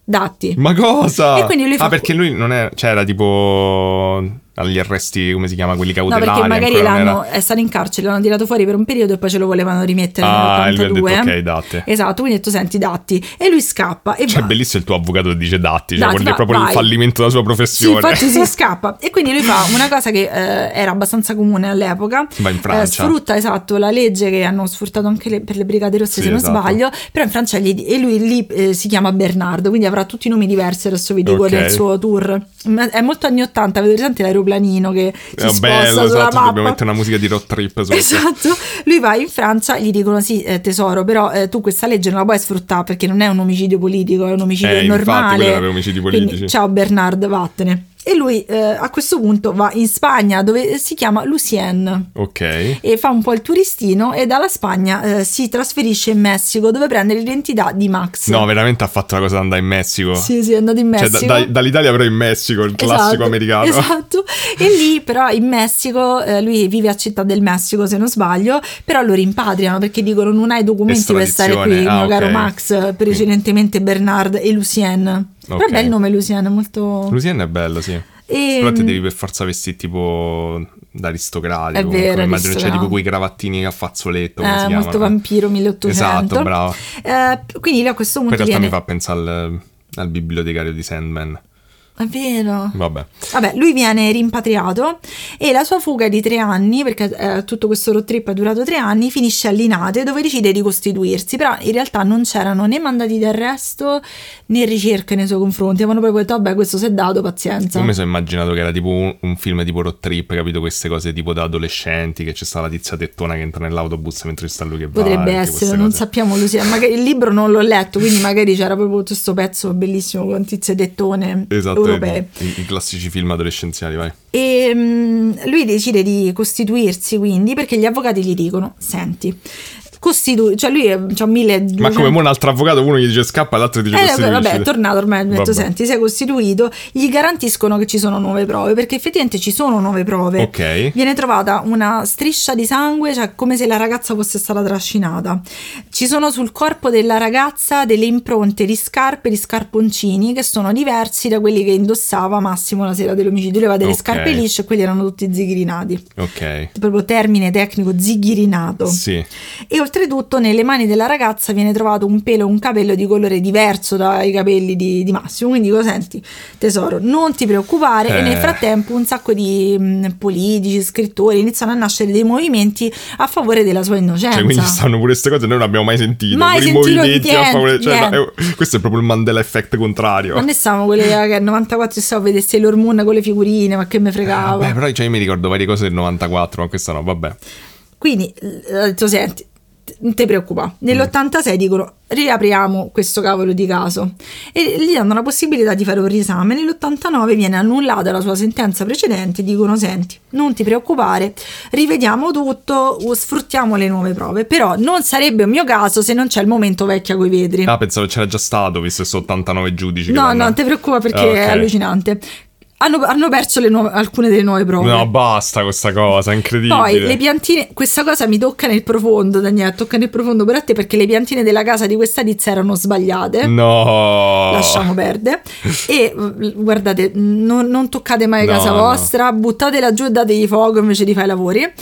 S2: Datti.
S1: Ma cosa?
S2: E quindi lui fa
S1: ah, perché lui non è... Cioè, era tipo... agli arresti, come si chiama, quelli cautelari.
S2: No, perché magari l'hanno,
S1: era...
S2: è stato in carcere, l'hanno tirato fuori per un periodo e poi ce lo volevano rimettere
S1: ah,
S2: nell'ottantadue.
S1: Ah, detto ok, datti.
S2: Esatto, quindi ha detto senti, datti. E lui scappa e
S1: cioè,
S2: va.
S1: È bellissimo il tuo avvocato che dice datti, cioè
S2: datti,
S1: vuol dire
S2: va,
S1: proprio
S2: vai.
S1: il fallimento della sua professione.
S2: Sì, infatti si scappa. E quindi lui fa una cosa che eh, era abbastanza comune all'epoca.
S1: Va in Francia.
S2: Eh, sfrutta, esatto, la legge che hanno sfruttato anche le, per le Brigate Rosse, sì, se non esatto. sbaglio. Però in Francia gli, e lui lì eh, si chiama Bernardo, quindi avrà tutti i nomi diversi, adesso vi dico
S1: okay.
S2: del suo tour. È molto anni ottanta, vedete presente l'aeroplanino che si
S1: è
S2: sposta
S1: bello,
S2: sulla
S1: esatto,
S2: mappa.
S1: dobbiamo mettere una musica di road trip sotto.
S2: Esatto, lui va in Francia, gli dicono sì eh, tesoro, però eh, tu questa legge non la puoi sfruttare perché non è un omicidio politico, è un omicidio
S1: eh,
S2: normale.
S1: Infatti, omicidi politici.
S2: Quindi, ciao Bernard, vattene. E lui eh, a questo punto va in Spagna, dove si chiama Lucien.
S1: Ok.
S2: E fa un po' il turistino e dalla Spagna eh, si trasferisce in Messico, dove prende l'identità di Max.
S1: No, veramente ha fatto la cosa di andare in Messico.
S2: Sì, sì, è andato in Messico.
S1: Cioè, da, da, dall'Italia però in Messico, il classico
S2: esatto,
S1: americano.
S2: Esatto. E lì però in Messico, eh, lui vive a Città del Messico se non sbaglio, però lo rimpatriano perché dicono non hai documenti per stare qui,
S1: ah,
S2: mio
S1: okay.
S2: caro Max, precedentemente Bernard e Lucien. Okay. Però è bello il nome Lucien, è molto...
S1: Lucien è bello, sì.
S2: E...
S1: Però te devi per forza vestire tipo da aristocratico.
S2: È vero,
S1: immagino c'è tipo quei cravattini a fazzoletto.
S2: Eh,
S1: come si
S2: molto
S1: chiamano?
S2: Vampiro milleottocento.
S1: Esatto, bravo.
S2: Eh, quindi lui a questo punto
S1: in realtà
S2: viene...
S1: mi fa pensare al, al bibliotecario di Sandman.
S2: È vero.
S1: Vabbè.
S2: Vabbè, lui viene rimpatriato e la sua fuga di tre anni, perché eh, tutto questo road trip è durato tre anni, finisce a Linate, dove decide di costituirsi. Però in realtà non c'erano né mandati di arresto né ricerche nei suoi confronti. Avevano proprio detto, vabbè, questo si è dato, pazienza.
S1: Io mi sono immaginato che era tipo un, un film tipo road trip, capito? Queste cose tipo da adolescenti, che c'è stata la tizia tettona che entra nell'autobus mentre sta lui che va.
S2: Potrebbe essere, non sappiamo lui sia. Magari il libro non l'ho letto, quindi magari c'era proprio tutto questo pezzo bellissimo con tizie tettone
S1: esatto,
S2: europee.
S1: I, i classici film adolescenziali, vai.
S2: E um, lui decide di costituirsi quindi perché gli avvocati gli dicono, senti, costitui, cioè lui c'ha milleduecento...
S1: Ma come un altro avvocato, uno gli dice scappa e l'altro dice
S2: eh,
S1: costituisci.
S2: Vabbè, è tornato ormai, ha detto senti, sei costituito, gli garantiscono che ci sono nuove prove, perché effettivamente ci sono nuove prove.
S1: Ok.
S2: Viene trovata una striscia di sangue, cioè come se la ragazza fosse stata trascinata. Ci sono sul corpo della ragazza delle impronte di scarpe, di scarponcini, che sono diversi da quelli che indossava Massimo la sera dell'omicidio. Lui aveva delle
S1: okay.
S2: scarpe lisce e quelli erano tutti zighirinati.
S1: Ok.
S2: Proprio termine tecnico, zighirinato.
S1: Sì.
S2: E oltretutto nelle mani della ragazza viene trovato un pelo, un capello di colore diverso dai capelli di, di Massimo. Quindi dico, senti tesoro, non ti preoccupare. Eh. E nel frattempo un sacco di mh, politici, scrittori iniziano a nascere dei movimenti a favore della sua innocenza.
S1: Cioè, quindi stanno pure queste cose noi non abbiamo mai sentito.
S2: Mai
S1: pure
S2: sentito
S1: i movimenti
S2: niente,
S1: a favore, cioè,
S2: niente.
S1: no, è, questo è proprio il Mandela effect contrario.
S2: Ma ne stiamo quelle che nel novantaquattro stavo a vedere Sailor Moon con le figurine, ma che me fregava.
S1: Eh, vabbè, però cioè, io mi ricordo varie cose del novantaquattro, ma questa no, vabbè.
S2: Quindi ho detto, senti, non ti preoccupare, nell'ottantasei dicono riapriamo questo cavolo di caso e gli danno la possibilità di fare un riesame. Nell'ottantanove viene annullata la sua sentenza precedente e dicono senti, non ti preoccupare, rivediamo tutto, sfruttiamo le nuove prove, però non sarebbe un mio caso se non c'è il momento vecchia coi vetri.
S1: Ah, pensavo c'era già stato, visto che sono ottantanove giudici.
S2: No,
S1: vanno...
S2: non ti preoccupare perché
S1: ah, okay.
S2: è allucinante. Hanno, hanno perso le nuove, alcune delle nuove prove.
S1: No, basta questa cosa, è incredibile.
S2: Poi le piantine, questa cosa mi tocca nel profondo, Daniele, tocca nel profondo per te, perché le piantine della casa di questa tizia erano sbagliate.
S1: No.
S2: Lasciamo perdere. E guardate, non, non toccate mai
S1: no,
S2: casa vostra, no. Buttatela giù e dategli fuoco invece di fare i lavori. E,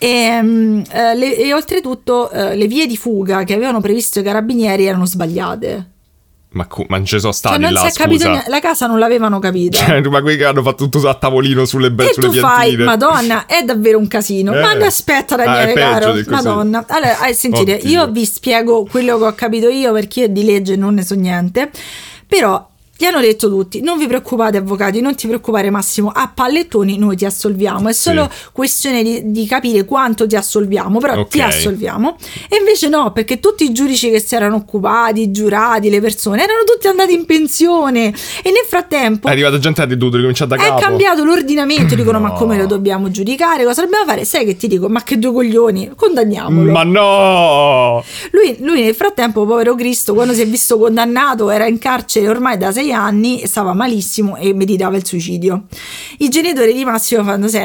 S2: eh, le, e oltretutto eh, le vie di fuga che avevano previsto i carabinieri erano sbagliate.
S1: Ma, ma non ci sono stati
S2: cioè, non
S1: là,
S2: si è capito
S1: scusa.
S2: niente, la casa non l'avevano capita.
S1: Cioè, ma quelli che hanno fatto tutto a tavolino sulle, be-
S2: e
S1: sulle
S2: tu
S1: piantine.
S2: fai, madonna, è davvero un casino.
S1: Eh.
S2: Ma ne aspetta, Daniele,
S1: ah,
S2: caro, madonna. Allora, eh, sentite, Oddio. Io vi spiego quello che ho capito io, perché io di legge non ne so niente. Però gli hanno detto tutti, non vi preoccupate avvocati, non ti preoccupare Massimo, a pallettoni noi ti assolviamo, è solo sì. questione di, di capire quanto ti assolviamo, però okay. ti assolviamo. E invece no, perché tutti i giudici che si erano occupati, i giurati, le persone, erano tutti andati in pensione e nel frattempo
S1: è arrivata gente a tutto, ricominciato da capo.
S2: È cambiato l'ordinamento, dicono no. ma come lo dobbiamo giudicare, cosa dobbiamo fare? Sai che ti dico, ma che due coglioni, condanniamolo.
S1: Ma no!
S2: Lui, lui nel frattempo, povero Cristo, quando si è visto condannato era in carcere ormai da sei anni, stava malissimo e meditava il suicidio. I genitori di Massimo fanno, senti,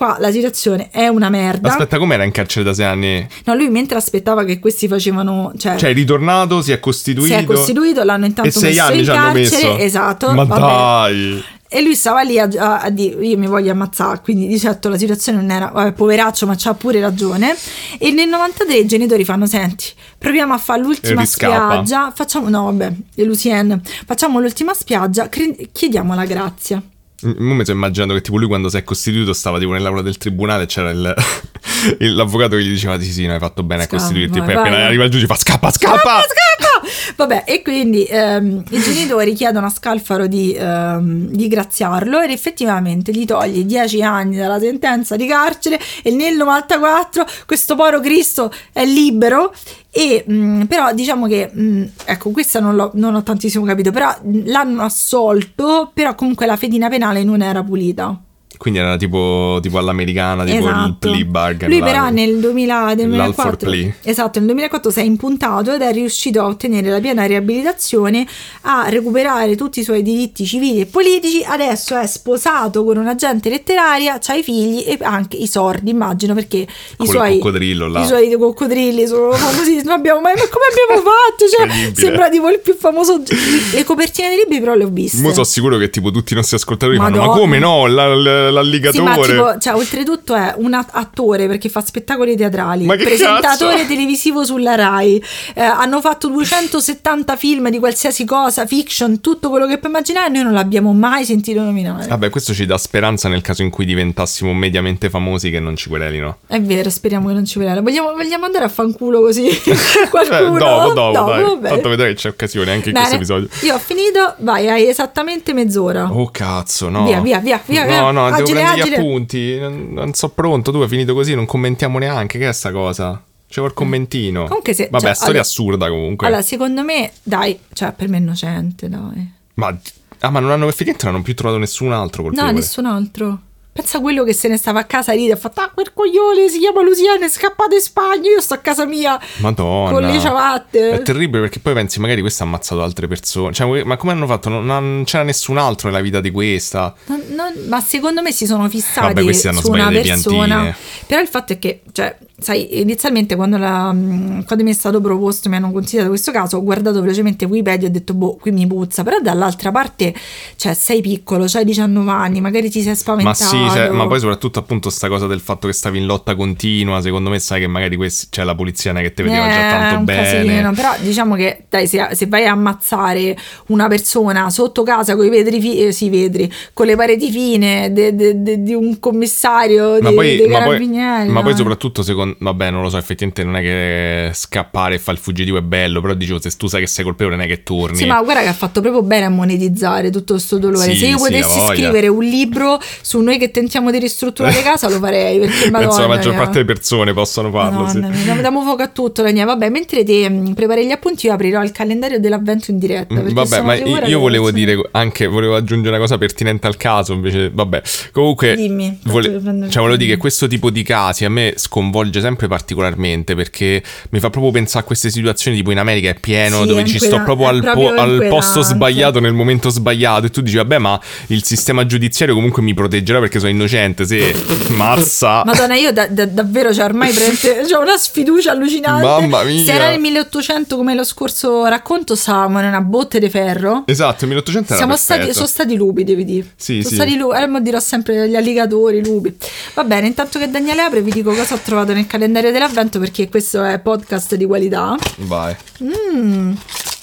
S2: qua la situazione è una merda.
S1: Aspetta, com'era in carcere da sei anni?
S2: No, lui mentre aspettava che questi facevano, cioè,
S1: cioè è ritornato, si è costituito.
S2: Si è costituito, l'hanno intanto
S1: e sei
S2: messo
S1: anni
S2: in
S1: ci hanno
S2: carcere,
S1: messo.
S2: esatto.
S1: Ma
S2: vabbè.
S1: dai.
S2: E lui stava lì a, a, a dire io mi voglio ammazzare, quindi di certo la situazione non era, vabbè, poveraccio, ma c'ha pure ragione. E nel novantatré i genitori fanno: senti, proviamo a fare l'ultima spiaggia, facciamo, no vabbè, le Lucien, facciamo l'ultima spiaggia, cre- chiediamo la grazia.
S1: Mo mi sto immaginando che tipo lui quando si è costituito stava tipo nell'aula del tribunale e c'era il, il, l'avvocato che gli diceva sì sì no hai fatto bene
S2: Scappa,
S1: a costituirti,
S2: vai,
S1: poi
S2: vai,
S1: appena
S2: vai.
S1: arriva il giudice fa scappa scappa
S2: Scappa, scappa! Vabbè, e quindi ehm, i genitori chiedono a Scalfaro di, ehm, di graziarlo ed effettivamente gli toglie dieci anni dalla sentenza di carcere e nel novantaquattro questo povero Cristo è libero. E mh, però diciamo che mh, ecco, questa non, l'ho, non ho tantissimo capito, però mh, l'hanno assolto, però comunque la fedina penale non era pulita.
S1: Quindi era tipo, tipo all'americana, tipo
S2: Esatto.
S1: il plea bargain.
S2: Lui
S1: là,
S2: però nel duemila, nel duemilaquattro,
S1: plea.
S2: esatto, nel duemilaquattro si è impuntato ed è riuscito a ottenere la piena riabilitazione, a recuperare tutti i suoi diritti civili e politici. Adesso è sposato con un'agente letteraria, c'ha i figli e anche i sordi, immagino, perché i
S1: Col
S2: suoi
S1: coccodrillo là.
S2: i suoi coccodrilli sono famosi. Non abbiamo mai, ma come abbiamo fatto? Cioè,
S1: Incredibile.
S2: sembra tipo il più famoso. Le copertine dei libri però le ho viste.
S1: Mo sono sicuro che tipo tutti i nostri ascoltatori fanno
S2: Madonna.
S1: ma come no la, la, l'alligatore.
S2: Sì, ma tipo, cioè, oltretutto è un attore perché fa spettacoli teatrali,
S1: Ma che
S2: presentatore
S1: cazzo?
S2: televisivo sulla Rai, eh, hanno fatto duecentosettanta film di qualsiasi cosa, fiction, tutto quello che puoi immaginare, noi non l'abbiamo mai sentito nominare.
S1: Vabbè, questo ci dà speranza nel caso in cui diventassimo mediamente famosi che non ci querelino.
S2: È vero, speriamo che non ci vedere. Vogliamo, vogliamo andare a fanculo così? Qualcuno?
S1: Eh, dopo, dopo,
S2: No,
S1: dai.
S2: vabbè.
S1: Tanto vedrai che c'è occasione anche in
S2: Bene,
S1: questo episodio.
S2: io ho finito, vai, hai esattamente mezz'ora.
S1: Oh cazzo, no.
S2: Via, via, via, via,
S1: No,
S2: via.
S1: no, devo
S2: Agile,
S1: prendere gli
S2: agile.
S1: appunti. Non, non so pronto, tu hai finito così, non commentiamo neanche. Che è sta cosa? C'è il commentino.
S2: Comunque se-
S1: Vabbè,
S2: cioè,
S1: storia
S2: allora-
S1: assurda comunque.
S2: Allora, secondo me, dai, cioè, per me è innocente, dai.
S1: Ma, ah, ma non hanno effettivamente non hanno più trovato nessun altro colpevole.
S2: No, nessun altro. Pensa a quello che se ne stava a casa e ride, ha fatto: ah, quel coglione si chiama Luciano, è scappato in Spagna, io sto a casa mia
S1: Madonna.
S2: con le ciabatte.
S1: È terribile perché poi pensi magari questo ha ammazzato altre persone. Cioè, ma come hanno fatto? Non, non c'era nessun altro nella vita di questa.
S2: Non- non- ma secondo me si sono fissati
S1: Vabbè, questi hanno
S2: su una
S1: sbagliato le
S2: persona.
S1: piantine.
S2: Però il fatto è che, cioè, sai, inizialmente quando, la, mh, quando mi è stato proposto, mi hanno consigliato questo caso, ho guardato velocemente Wikipedia e ho detto: boh, qui mi puzza. Però dall'altra parte, cioè, sei piccolo, c'hai diciannove anni, magari ti sei
S1: Ma
S2: spaventato.
S1: sì, cioè, ma poi soprattutto appunto sta cosa del fatto che stavi in lotta continua, secondo me sai che magari questi, cioè la polizia non è che te vedeva già
S2: Eh,
S1: tanto
S2: un
S1: bene.
S2: casino. Però diciamo che dai, se, se vai a ammazzare una persona sotto casa con i vetri fi- eh, sì, vetri, con le pareti fine de- de- de- di un commissario
S1: Ma
S2: dei
S1: poi,
S2: dei
S1: ma, poi,
S2: carabinieri,
S1: ma poi
S2: dai.
S1: soprattutto secondo vabbè non lo so, effettivamente non è che scappare e fare il fuggitivo è bello, però dicevo se tu sai che sei colpevole non è che torni.
S2: Sì, ma guarda che ha fatto proprio bene a monetizzare tutto questo dolore.
S1: Sì,
S2: Se io
S1: sì,
S2: potessi
S1: ha voglia.
S2: scrivere un libro su noi che tentiamo di ristrutturare casa, lo farei. Perché Madonna,
S1: Penso la maggior
S2: mia.
S1: parte delle persone possono farlo. Sì.
S2: Madonna mia, diamo- diamo fuoco a tutto, Daniele. Vabbè, mentre te mh, prepari gli appunti, io aprirò il calendario dell'avvento in diretta. perché
S1: Vabbè,
S2: sono
S1: ma
S2: sicura
S1: io
S2: che-
S1: volevo dire anche, volevo aggiungere una cosa pertinente al caso, invece, vabbè. Comunque,
S2: Dimmi,
S1: vole-
S2: tanto che prendo il
S1: cioè, volevo dire che
S2: calendario.
S1: questo tipo di casi a me sconvolge sempre particolarmente perché mi fa proprio pensare a queste situazioni tipo in America è pieno,
S2: Sì,
S1: dove
S2: è
S1: ci sto
S2: inquieta-
S1: proprio
S2: è
S1: al, po-
S2: proprio
S1: al
S2: inquietante.
S1: posto sbagliato nel momento sbagliato e tu dici vabbè ma il sistema giudiziario comunque mi proteggerà perché sono innocente, se mazza.
S2: Madonna, io da- da- davvero cioè, ormai prende, c'ho una sfiducia allucinante.
S1: Mamma mia.
S2: Se era nel milleottocento come lo scorso racconto, stavamo in una botte di ferro.
S1: Esatto, il milleottocento era
S2: Siamo
S1: perfetto.
S2: stati, sono stati lupi, devi dire.
S1: Sì,
S2: sono
S1: sì.
S2: stati lupi. Allora, mo dirò sempre gli alligatori, i lupi. Va bene, intanto che Daniele apre, vi dico cosa ho trovato nel calendario dell'avvento perché questo è podcast di qualità.
S1: Vai.
S2: Mm.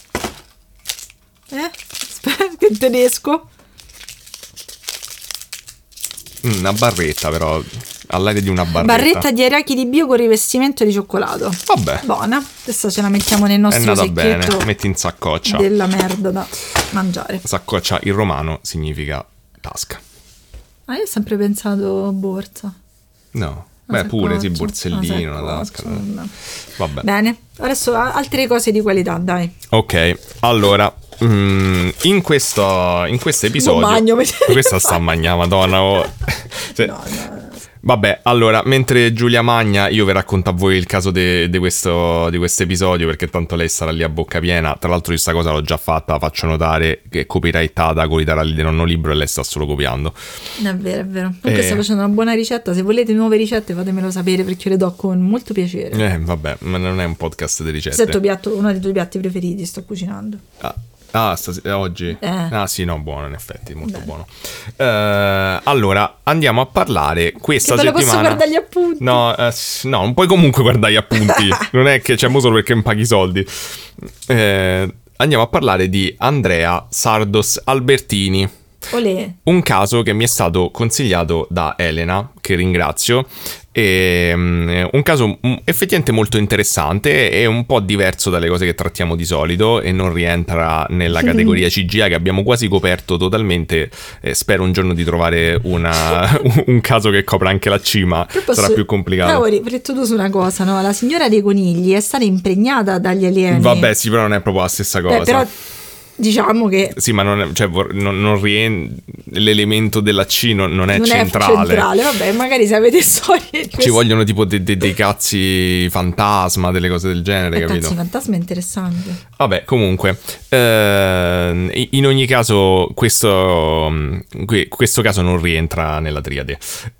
S2: Eh? Aspetta, che in tedesco.
S1: Mm, una barretta però, all'aria di una barretta.
S2: Barretta di arachidi di bio con rivestimento di cioccolato.
S1: Vabbè.
S2: Buona. Adesso ce la mettiamo nel
S1: È
S2: nostro
S1: andata bene,
S2: secchetto
S1: metti in saccoccia.
S2: della merda da mangiare.
S1: Saccoccia in romano significa tasca.
S2: Ah, io ho sempre pensato borsa.
S1: No,
S2: Una
S1: beh pure sì,
S2: saccoccia,
S1: borsellino,
S2: una
S1: una tasca.
S2: saccoccia, vabbè.
S1: Vabbè.
S2: Bene, adesso a- altre cose di qualità, dai.
S1: Ok, allora, mm, in questo, in questo episodio...
S2: bagno, mi-
S1: Questa sta a mangiare, madonna. Oh. Cioè,
S2: No, no.
S1: Vabbè, allora, mentre Giulia magna, io vi racconto a voi il caso di questo di questo episodio, perché tanto lei sarà lì a bocca piena. Tra l'altro questa cosa l'ho già fatta, la faccio notare, che è copyrightata con i taralli di nonno libro e lei sta solo copiando.
S2: È vero, è vero. Comunque
S1: Eh.
S2: sto facendo una buona ricetta, se volete nuove ricette fatemelo sapere perché io le do con molto piacere.
S1: Eh, vabbè, ma non è un podcast di ricette.
S2: Questo è il tuo piatto, uno dei tuoi piatti preferiti, sto cucinando.
S1: Ah. Ah, stas- oggi?
S2: Eh.
S1: Ah sì, no, buono in effetti, molto
S2: Bene.
S1: buono. Eh, allora, andiamo a parlare questa
S2: Che bello,
S1: settimana.
S2: posso guardare gli appunti?
S1: No, eh, s- no, non puoi comunque guardare gli appunti. Non è che c'è mo solo perché mi paghi i soldi. Eh, andiamo a parlare di Andrea Sardos Albertini.
S2: Olè.
S1: Un caso che mi è stato consigliato da Elena, che ringrazio. E, um, un caso um, effettivamente molto interessante e un po' diverso dalle cose che trattiamo di solito e non rientra nella categoria C G I che abbiamo quasi coperto totalmente. Eh, spero un giorno di trovare una, un caso che copra anche la C, ma
S2: Posso...
S1: sarà più complicato.
S2: Però ho riflettuto su una cosa, no? La signora dei conigli è stata impregnata dagli alieni.
S1: Vabbè, sì, però non è proprio la stessa cosa.
S2: Beh, però diciamo che
S1: sì, ma non, è, cioè, vor- non, non rien- l'elemento della C non, non è
S2: non
S1: centrale.
S2: è centrale. Vabbè, magari se avete storie di
S1: Ci
S2: questo-
S1: vogliono tipo de- de- dei cazzi fantasma, delle cose del genere,
S2: Eh,
S1: capito?
S2: cazzi, fantasma è interessante.
S1: Vabbè, comunque, eh, in ogni caso questo, que- questo caso non rientra nella triade.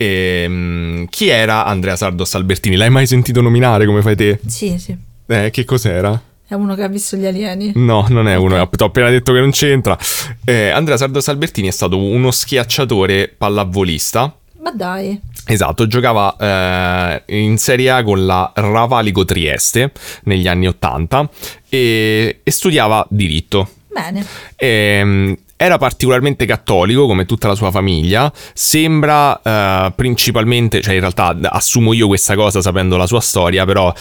S1: E, chi era Andrea Sardos Albertini? L'hai mai sentito nominare come fai te?
S2: Sì, sì.
S1: Eh, che cos'era?
S2: È uno che ha visto gli alieni.
S1: No, non è uno, ti ho appena detto che non c'entra. Eh, Andrea Sardos Albertini è stato uno schiacciatore pallavolista.
S2: Ma dai.
S1: Esatto, giocava eh, in Serie A con la Ravalico Trieste negli anni ottanta e, e studiava diritto.
S2: Bene.
S1: Ehm, era particolarmente cattolico come tutta la sua famiglia, sembra eh, principalmente, cioè in realtà assumo io questa cosa sapendo la sua storia, però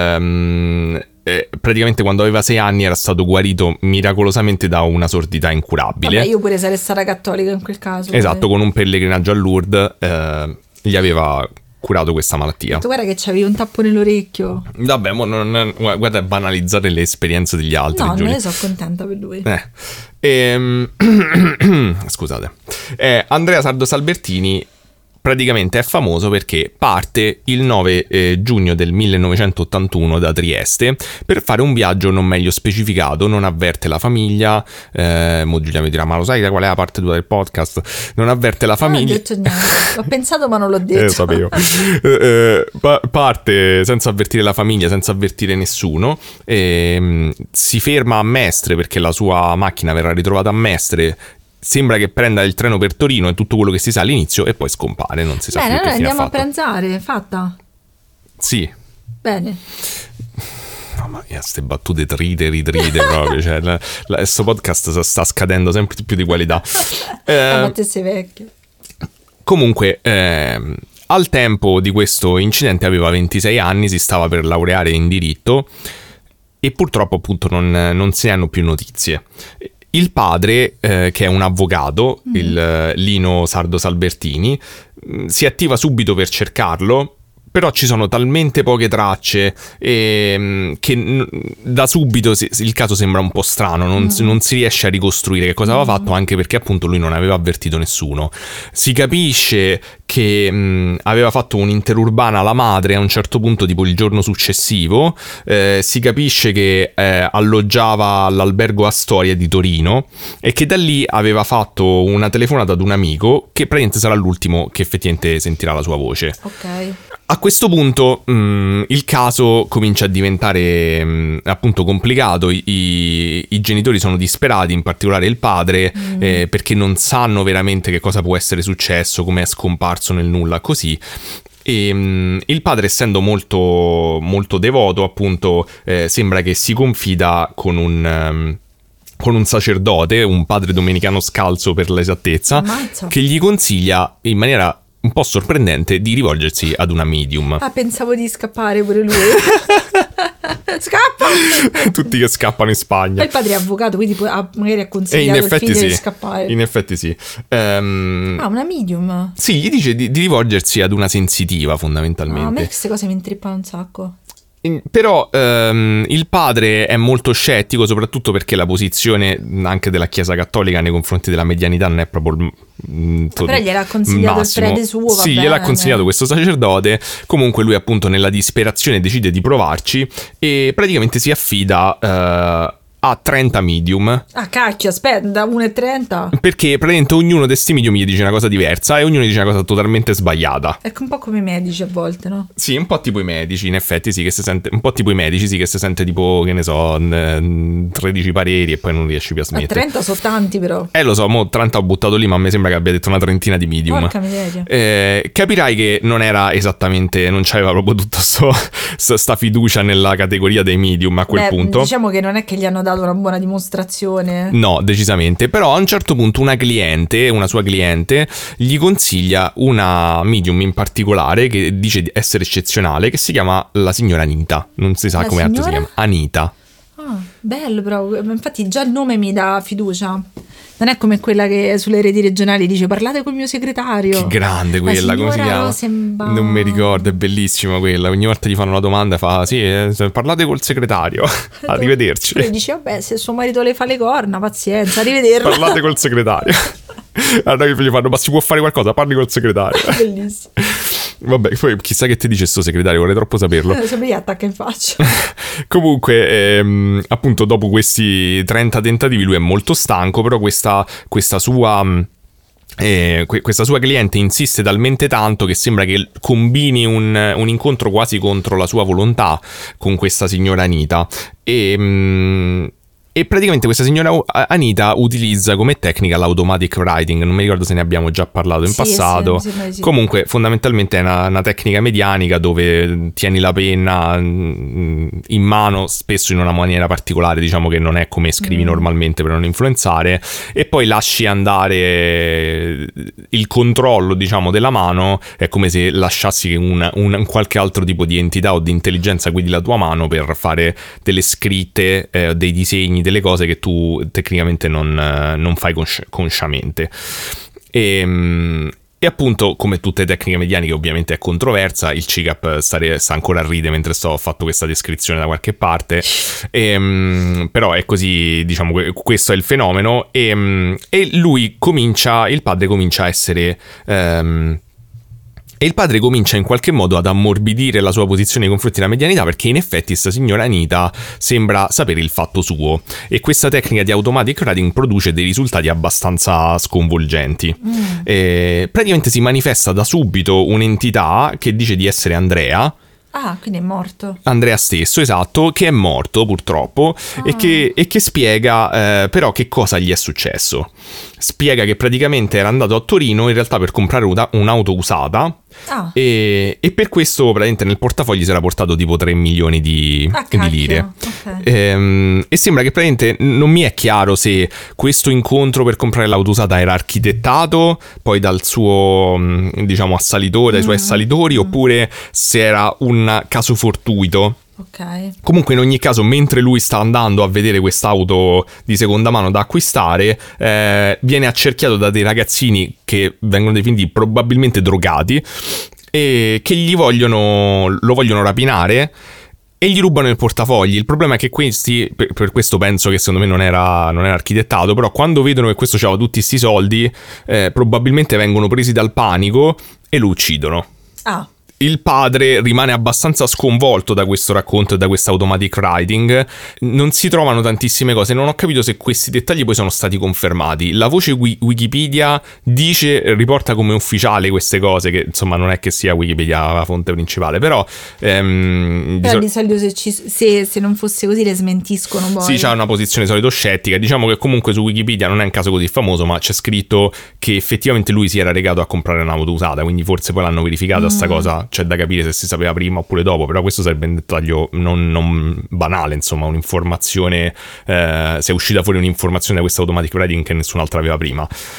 S1: ehm, eh, praticamente quando aveva sei anni era stato guarito miracolosamente da una sordità incurabile.
S2: Vabbè, io pure sarei stata cattolica in quel caso.
S1: Esatto, con un pellegrinaggio a Lourdes eh, gli aveva curato questa malattia.
S2: Tu guarda che c'avevi un tappo nell'orecchio.
S1: Vabbè, mo non, guarda, banalizzare le esperienze degli altri.
S2: No, non
S1: Giulia.
S2: ne sono contenta per lui.
S1: Eh. Ehm, scusate. Eh, Andrea Sardos Albertini praticamente è famoso perché parte il nove eh, giugno del millenovecentottantuno da Trieste per fare un viaggio non meglio specificato, non avverte la famiglia, eh, mo Giulia mi dirà ma lo sai da qual è la parte due del podcast? Non avverte la famiglia.
S2: Non ho detto niente, l'ho pensato ma non l'ho detto.
S1: Eh, sapevo. eh, eh, pa- parte senza avvertire la famiglia, senza avvertire nessuno, e, mh, si ferma a Mestre perché la sua macchina verrà ritrovata a Mestre. Sembra che prenda il treno per Torino e tutto quello che si sa all'inizio e poi scompare, non si sa
S2: Bene,
S1: più che
S2: allora
S1: fine ha
S2: andiamo a
S1: fatto.
S2: pranzare, fatta.
S1: Sì.
S2: Bene.
S1: Mamma mia, ste battute trite, ritrite proprio, cioè, la, la, questo podcast sta scadendo sempre di più di qualità.
S2: Eh,
S1: Eh,
S2: ma te sei vecchio.
S1: Comunque, ehm, al tempo di questo incidente aveva ventisei anni, si stava per laureare in diritto e purtroppo appunto non, non se ne hanno più notizie. Il padre, eh, che è un avvocato, mm. il eh, Lino Sardos Albertini, mh, si attiva subito per cercarlo, però ci sono talmente poche tracce e, mh, che n- da subito si- il caso sembra un po' strano, non, mm. non si riesce a ricostruire che cosa aveva fatto, anche perché appunto lui non aveva avvertito nessuno. Si capisce che mh, aveva fatto un'interurbana alla madre a un certo punto, tipo il giorno successivo, eh, si capisce che eh, alloggiava all'albergo Astoria di Torino e che da lì aveva fatto una telefonata ad un amico che praticamente sarà l'ultimo che effettivamente sentirà la sua voce.
S2: Ok.
S1: A questo punto mh, il caso comincia a diventare mh, appunto complicato, I, i, i genitori sono disperati, in particolare il padre, mm. eh, perché non sanno veramente che cosa può essere successo, come è scomparso nel nulla, così. E mh, il padre, essendo molto, molto devoto, appunto, eh, sembra che si confida con un... Um, con un sacerdote, un padre domenicano scalzo per l'esattezza,
S2: Ammazza.
S1: che gli consiglia in maniera un po' sorprendente di rivolgersi ad una medium.
S2: Ah, pensavo di scappare pure lui. Scappa!
S1: Tutti che scappano in Spagna.
S2: Poi il padre è avvocato, quindi può- ha- magari ha
S1: E in
S2: consigliato il
S1: effetti
S2: figlio
S1: sì.
S2: di scappare.
S1: In effetti sì. Ehm,
S2: Ah, una medium.
S1: sì, gli dice di, di rivolgersi ad una sensitiva,
S2: Ah, a
S1: fondamentalmente.
S2: me queste cose mi intrippano un sacco.
S1: Però ehm, il padre è molto scettico, soprattutto perché la posizione anche della Chiesa Cattolica nei confronti della medianità non è proprio mh,
S2: però gliel'ha consigliato massimo. Il prete suo, va
S1: sì,
S2: bene.
S1: gliel'ha consigliato questo sacerdote. Comunque lui appunto nella disperazione decide di provarci e praticamente si affida eh, a trenta medium.
S2: Ah cacchio, aspetta, da uno e trenta?
S1: Perché praticamente ognuno di questi medium gli dice una cosa diversa e ognuno dice una cosa totalmente sbagliata.
S2: È un po' come i medici a volte, no?
S1: Sì, un po' tipo i medici, in effetti sì, che si sente un po' tipo i medici, sì, che si sente tipo, che ne so, tredici pareri e poi non riesci più a smettere.
S2: A trenta sono tanti però.
S1: Eh lo so, mo trenta ho buttato lì, ma a me sembra che abbia detto una trentina di medium.
S2: Porca miseria.
S1: Eh, capirai che non era esattamente, non c'aveva proprio tutta sto, sta fiducia nella categoria dei medium a quel
S2: Beh,
S1: punto.
S2: Diciamo che non è che gli hanno dato una buona dimostrazione.
S1: No, decisamente. Però a un certo punto una cliente, una sua cliente, gli consiglia una medium in particolare che dice di essere eccezionale, che si chiama la signora Anita. Non si sa
S2: La
S1: come altro si
S2: signora?
S1: chiama. Anita.
S2: Ah, bello però. Infatti già il nome mi dà fiducia. Non è come quella che sulle reti regionali dice parlate col mio segretario.
S1: Che grande quella,
S2: la
S1: come si chiama?
S2: Rosenbaum.
S1: Non mi ricordo, è bellissima quella. Ogni volta gli fanno una domanda fa sì, eh, parlate col segretario. Arrivederci.
S2: E dici vabbè, se suo marito le fa le corna, pazienza, arrivederla.
S1: Parlate col segretario. Allora gli fanno ma si può fare qualcosa? Parli col segretario.
S2: Bellissimo.
S1: Vabbè, poi chissà che ti dice sto segretario, vorrei troppo saperlo.
S2: Sempre gli attacca in faccia.
S1: Comunque, ehm, appunto, dopo questi trenta tentativi lui è molto stanco, però questa, questa sua... Eh, questa sua cliente insiste talmente tanto che sembra che combini un, un incontro quasi contro la sua volontà con questa signora Anita. E... Mm, E praticamente questa signora Anita utilizza come tecnica l'automatic writing. Non mi ricordo se ne abbiamo già parlato in
S2: sì,
S1: passato.
S2: sì, sì, sì.
S1: Comunque fondamentalmente è una, una tecnica medianica dove tieni la penna in mano, spesso in una maniera particolare, diciamo che non è come scrivi mm. normalmente per non influenzare, e poi lasci andare il controllo, diciamo, della mano. È come se lasciassi un, un qualche altro tipo di entità o di intelligenza guidi la tua mano per fare delle scritte, eh, dei disegni, delle cose che tu tecnicamente non, non fai consci- consciamente. E, e appunto, come tutte le tecniche medianiche, ovviamente è controversa. Il C I C A P stare, sta ancora a ridere mentre sto ho fatto questa descrizione da qualche parte. E, però è così, diciamo, questo è il fenomeno. E, e lui comincia, il padre comincia a essere... Um, E il padre comincia in qualche modo ad ammorbidire la sua posizione nei confronti della medianità, perché in effetti questa signora Anita sembra sapere il fatto suo, e questa tecnica di automatic writing produce dei risultati abbastanza sconvolgenti. Mm. E praticamente si manifesta da subito un'entità che dice di essere Andrea.
S2: Ah, quindi è morto.
S1: Andrea stesso, esatto, che è morto purtroppo. Ah. e, che, e che spiega eh, però che cosa gli è successo. Spiega che praticamente era andato a Torino in realtà per comprare una, un'auto usata. Ah. E, e per questo praticamente nel portafogli si era portato tipo tre milioni di,
S2: ah,
S1: di lire.
S2: Okay.
S1: E, e sembra che praticamente non mi è chiaro se questo incontro per comprare l'auto usata era architettato poi dal suo, diciamo, assalitore, dai mm. suoi assalitori, mm. oppure se era un caso fortuito.
S2: Okay.
S1: Comunque in ogni caso, mentre lui sta andando a vedere quest'auto di seconda mano da acquistare, eh, viene accerchiato da dei ragazzini che vengono definiti probabilmente drogati e che gli vogliono lo vogliono rapinare e gli rubano il portafogli. Il problema è che questi, per, per questo penso che secondo me non era, non era architettato, però quando vedono che questo c'aveva tutti sti soldi, eh, probabilmente vengono presi dal panico e lo uccidono.
S2: Ah.
S1: Il padre rimane abbastanza sconvolto da questo racconto e da questo automatic writing. Non si trovano tantissime cose. Non ho capito se questi dettagli poi sono stati confermati. La voce Wikipedia dice, riporta come ufficiale queste cose, che insomma non è che sia Wikipedia la fonte principale, però ehm,
S2: però di solito se, ci, se, se non fosse così le smentiscono poi.
S1: Sì, c'ha una posizione solito scettica. Diciamo che comunque su Wikipedia non è un caso così famoso, ma c'è scritto che effettivamente lui si era recato a comprare un'auto usata, quindi forse poi l'hanno verificata mm. sta cosa. C'è da capire se si sapeva prima oppure dopo, però questo sarebbe un dettaglio non, non banale, insomma, un'informazione, eh, se è uscita fuori un'informazione da questo automatic writing che nessun'altra aveva prima.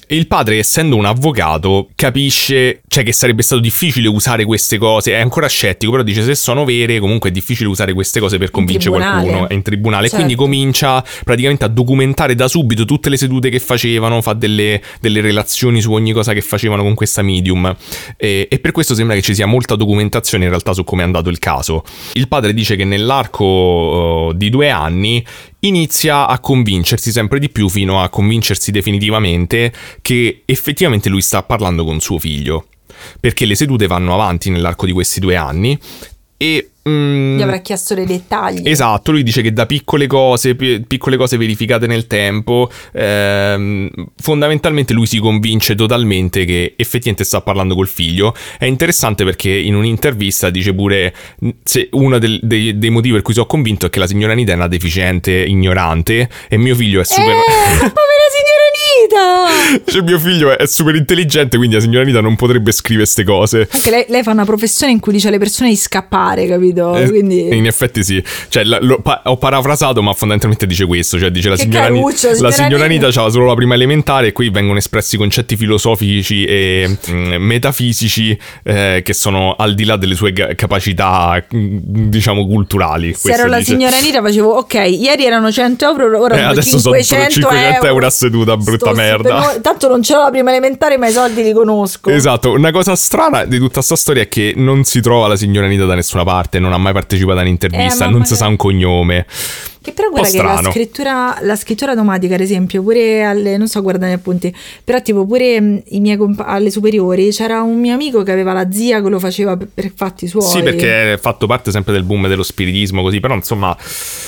S1: il padre, essendo un avvocato, capisce, cioè, che sarebbe stato difficile usare queste cose, è ancora scettico, però dice se sono vere comunque è difficile usare queste cose per convincere qualcuno in tribunale, certo. Quindi comincia praticamente a documentare da subito tutte le sedute che facevano, fa delle, delle relazioni su ogni cosa che facevano con questa medium, e, e per questo sembra che ci sia molta documentazione in realtà su come è andato il caso. Il padre dice che nell'arco uh, di due anni inizia a convincersi sempre di più fino a convincersi definitivamente che effettivamente lui sta parlando con suo figlio, perché le sedute vanno avanti nell'arco di questi due anni e mm,
S2: gli avrà chiesto dei dettagli.
S1: Esatto, lui dice che da piccole cose, piccole cose verificate nel tempo, ehm, fondamentalmente lui si convince totalmente che effettivamente sta parlando col figlio. È interessante perché in un'intervista dice pure se uno del, dei, dei motivi per cui sono convinto è che la signora Anita è una deficiente ignorante e mio figlio è super...
S2: Eh, povera signora Anita!
S1: Cioè mio figlio è super intelligente, quindi la signora Anita non potrebbe scrivere queste cose.
S2: Anche lei, lei fa una professione in cui dice alle persone di scappare, capito?
S1: Eh,
S2: quindi...
S1: In effetti sì, cioè, la, lo, pa- ho parafrasato, ma fondamentalmente dice questo, cioè dice la
S2: che
S1: signora,
S2: caruccio,
S1: Ni-
S2: signora
S1: la signora
S2: Anita
S1: Anita c'ha solo la prima elementare e qui vengono espressi concetti filosofici e mh, metafisici eh, che sono al di là delle sue ga- capacità mh, diciamo culturali.
S2: Se ero la
S1: dice.
S2: signora Anita facevo ok, ieri erano cento euro, ora
S1: Eh,
S2: sono
S1: adesso
S2: cinquecento,
S1: sono cinquecento euro a seduta, brutta
S2: Sto,
S1: merda.
S2: però, tanto non c'ho la prima elementare, ma i soldi li conosco.
S1: Esatto, una cosa strana di tutta sta storia è che non si trova la signora Anita da nessuna parte, non ha mai partecipato a un'intervista,
S2: eh,
S1: non
S2: magari...
S1: si sa un cognome.
S2: Che però guarda che la scrittura, la scrittura automatica, ad esempio, pure alle, non so guardare gli appunti, però tipo pure mh, i miei comp- alle superiori c'era un mio amico che aveva la zia che lo faceva per, per fatti suoi.
S1: Sì, perché è fatto parte sempre del boom dello spiritismo, così, però insomma...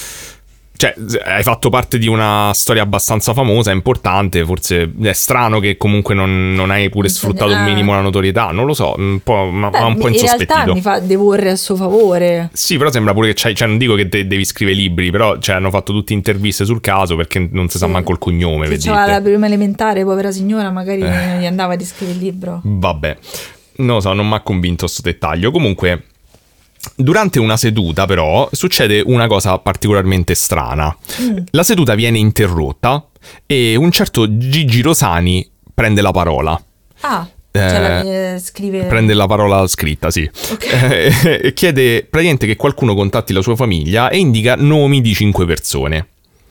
S1: Cioè, hai fatto parte di una storia abbastanza famosa, importante, forse è strano che comunque non, non hai pure sfruttato un minimo la notorietà, non lo so, un po', ma,
S2: Beh,
S1: un po' insospettito.
S2: In realtà mi fa deporre a suo favore.
S1: Sì, però sembra pure che c'hai, cioè non dico che de- devi scrivere libri, però cioè, hanno fatto tutte interviste sul caso perché non si sa
S2: sì.
S1: manco il cognome.
S2: Se c'era la prima elementare, povera signora, magari eh. gli andava di scrivere il libro.
S1: Vabbè, non lo so, non mi ha convinto sto dettaglio. Comunque... Durante una seduta però succede una cosa particolarmente strana. Mm. La seduta viene interrotta e un certo Gigi Rosani prende la parola.
S2: Ah, eh, cioè la, eh, scrive...
S1: Prende la parola scritta, sì. Okay. Eh, e chiede praticamente che qualcuno contatti la sua famiglia e indica nomi di cinque persone.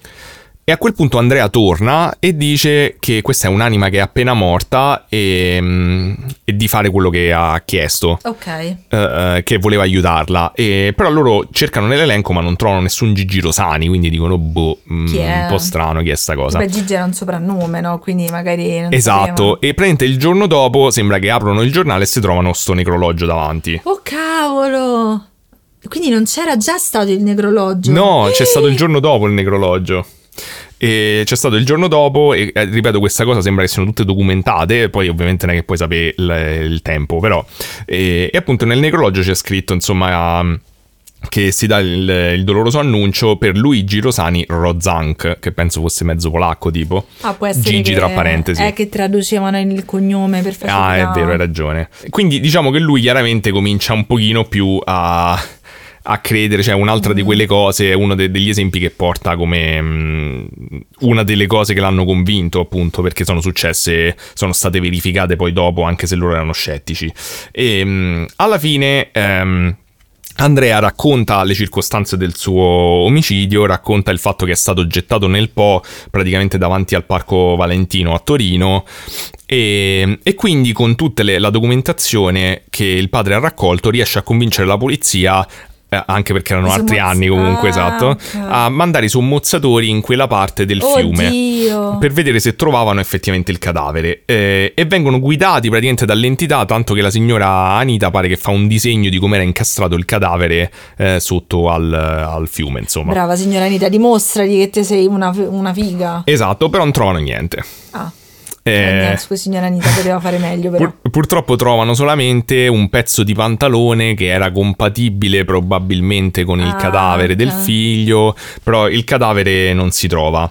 S1: E a quel punto Andrea torna e dice che questa è un'anima che è appena morta e, e di fare quello che ha chiesto.
S2: Ok.
S1: Uh, che voleva aiutarla. E, però loro cercano nell'elenco ma non trovano nessun Gigi Rosani, quindi dicono boh,
S2: chi è?
S1: un po' strano chi è sta cosa.
S2: Beh, Gigi era un soprannome, no? Quindi magari non
S1: Esatto,
S2: sapevano.
S1: E praticamente il giorno dopo sembra che aprono il giornale e si trovano sto necrologio davanti.
S2: Oh cavolo! Quindi non c'era già stato il necrologio?
S1: No, c'è stato il giorno dopo il necrologio. E c'è stato il giorno dopo e eh, ripeto, questa cosa sembra che siano tutte documentate, poi ovviamente non è che puoi sapere il, il tempo, però e, e appunto nel necrologio c'è scritto insomma che si dà il, il doloroso annuncio per Luigi Rosani Rozzank, che penso fosse mezzo polacco tipo.
S2: Ah, può essere
S1: Gigi
S2: che,
S1: tra parentesi.
S2: È che traducevano il cognome per facilità.
S1: Ah, è vero, hai ragione. Quindi diciamo che lui chiaramente comincia un pochino più a... a credere, cioè un'altra mm. di quelle cose, uno de- degli esempi che porta come mh, una delle cose che l'hanno convinto, appunto, perché sono successe, sono state verificate poi dopo, anche se loro erano scettici. E mh, alla fine ehm, Andrea racconta le circostanze del suo omicidio, racconta il fatto che è stato gettato nel Po praticamente davanti al Parco Valentino a Torino e, e quindi con tutta la documentazione che il padre ha raccolto riesce a convincere la polizia, eh, anche perché erano
S2: Sommozz-
S1: altri anni comunque,
S2: ah,
S1: esatto,
S2: okay.
S1: a mandare i sommozzatori in quella parte del
S2: Oddio.
S1: fiume per vedere se trovavano effettivamente il cadavere, eh, e vengono guidati praticamente dall'entità, tanto che la signora Anita pare che fa un disegno di come era incastrato il cadavere eh, sotto al, al fiume, insomma.
S2: Brava signora Anita, dimostrati che te sei una, una figa.
S1: Esatto, però non trovano niente.
S2: Ah.
S1: Eh,
S2: scusa signora Anita, poteva fare meglio però.
S1: Pur, purtroppo trovano solamente un pezzo di pantalone che era compatibile probabilmente con il
S2: ah,
S1: cadavere
S2: okay.
S1: del figlio, però il cadavere non si trova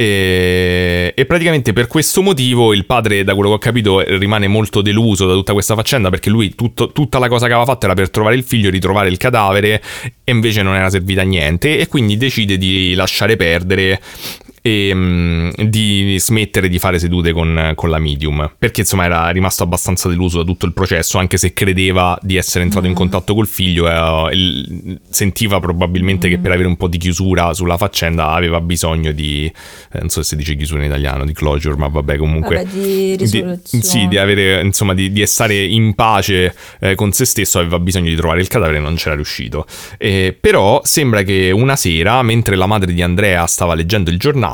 S1: e, e praticamente per questo motivo il padre, da quello che ho capito, rimane molto deluso da tutta questa faccenda, perché lui tutto, tutta la cosa che aveva fatto era per trovare il figlio, ritrovare il cadavere, e invece non era servita a niente, e quindi decide di lasciare perdere e mh, di smettere di fare sedute con, con la medium, perché insomma era rimasto abbastanza deluso da tutto il processo, anche se credeva di essere entrato mm. in contatto col figlio, e, e sentiva probabilmente mm. che per avere un po' di chiusura sulla faccenda aveva bisogno di, eh, non so se si dice chiusura in italiano, di closure, ma vabbè, comunque
S2: vabbè, di risoluzione,
S1: di, sì, di avere, insomma, di, di stare in pace eh, con se stesso. Aveva bisogno di trovare il cadavere e non c'era riuscito, eh, però sembra che una sera, mentre la madre di Andrea stava leggendo il giornale,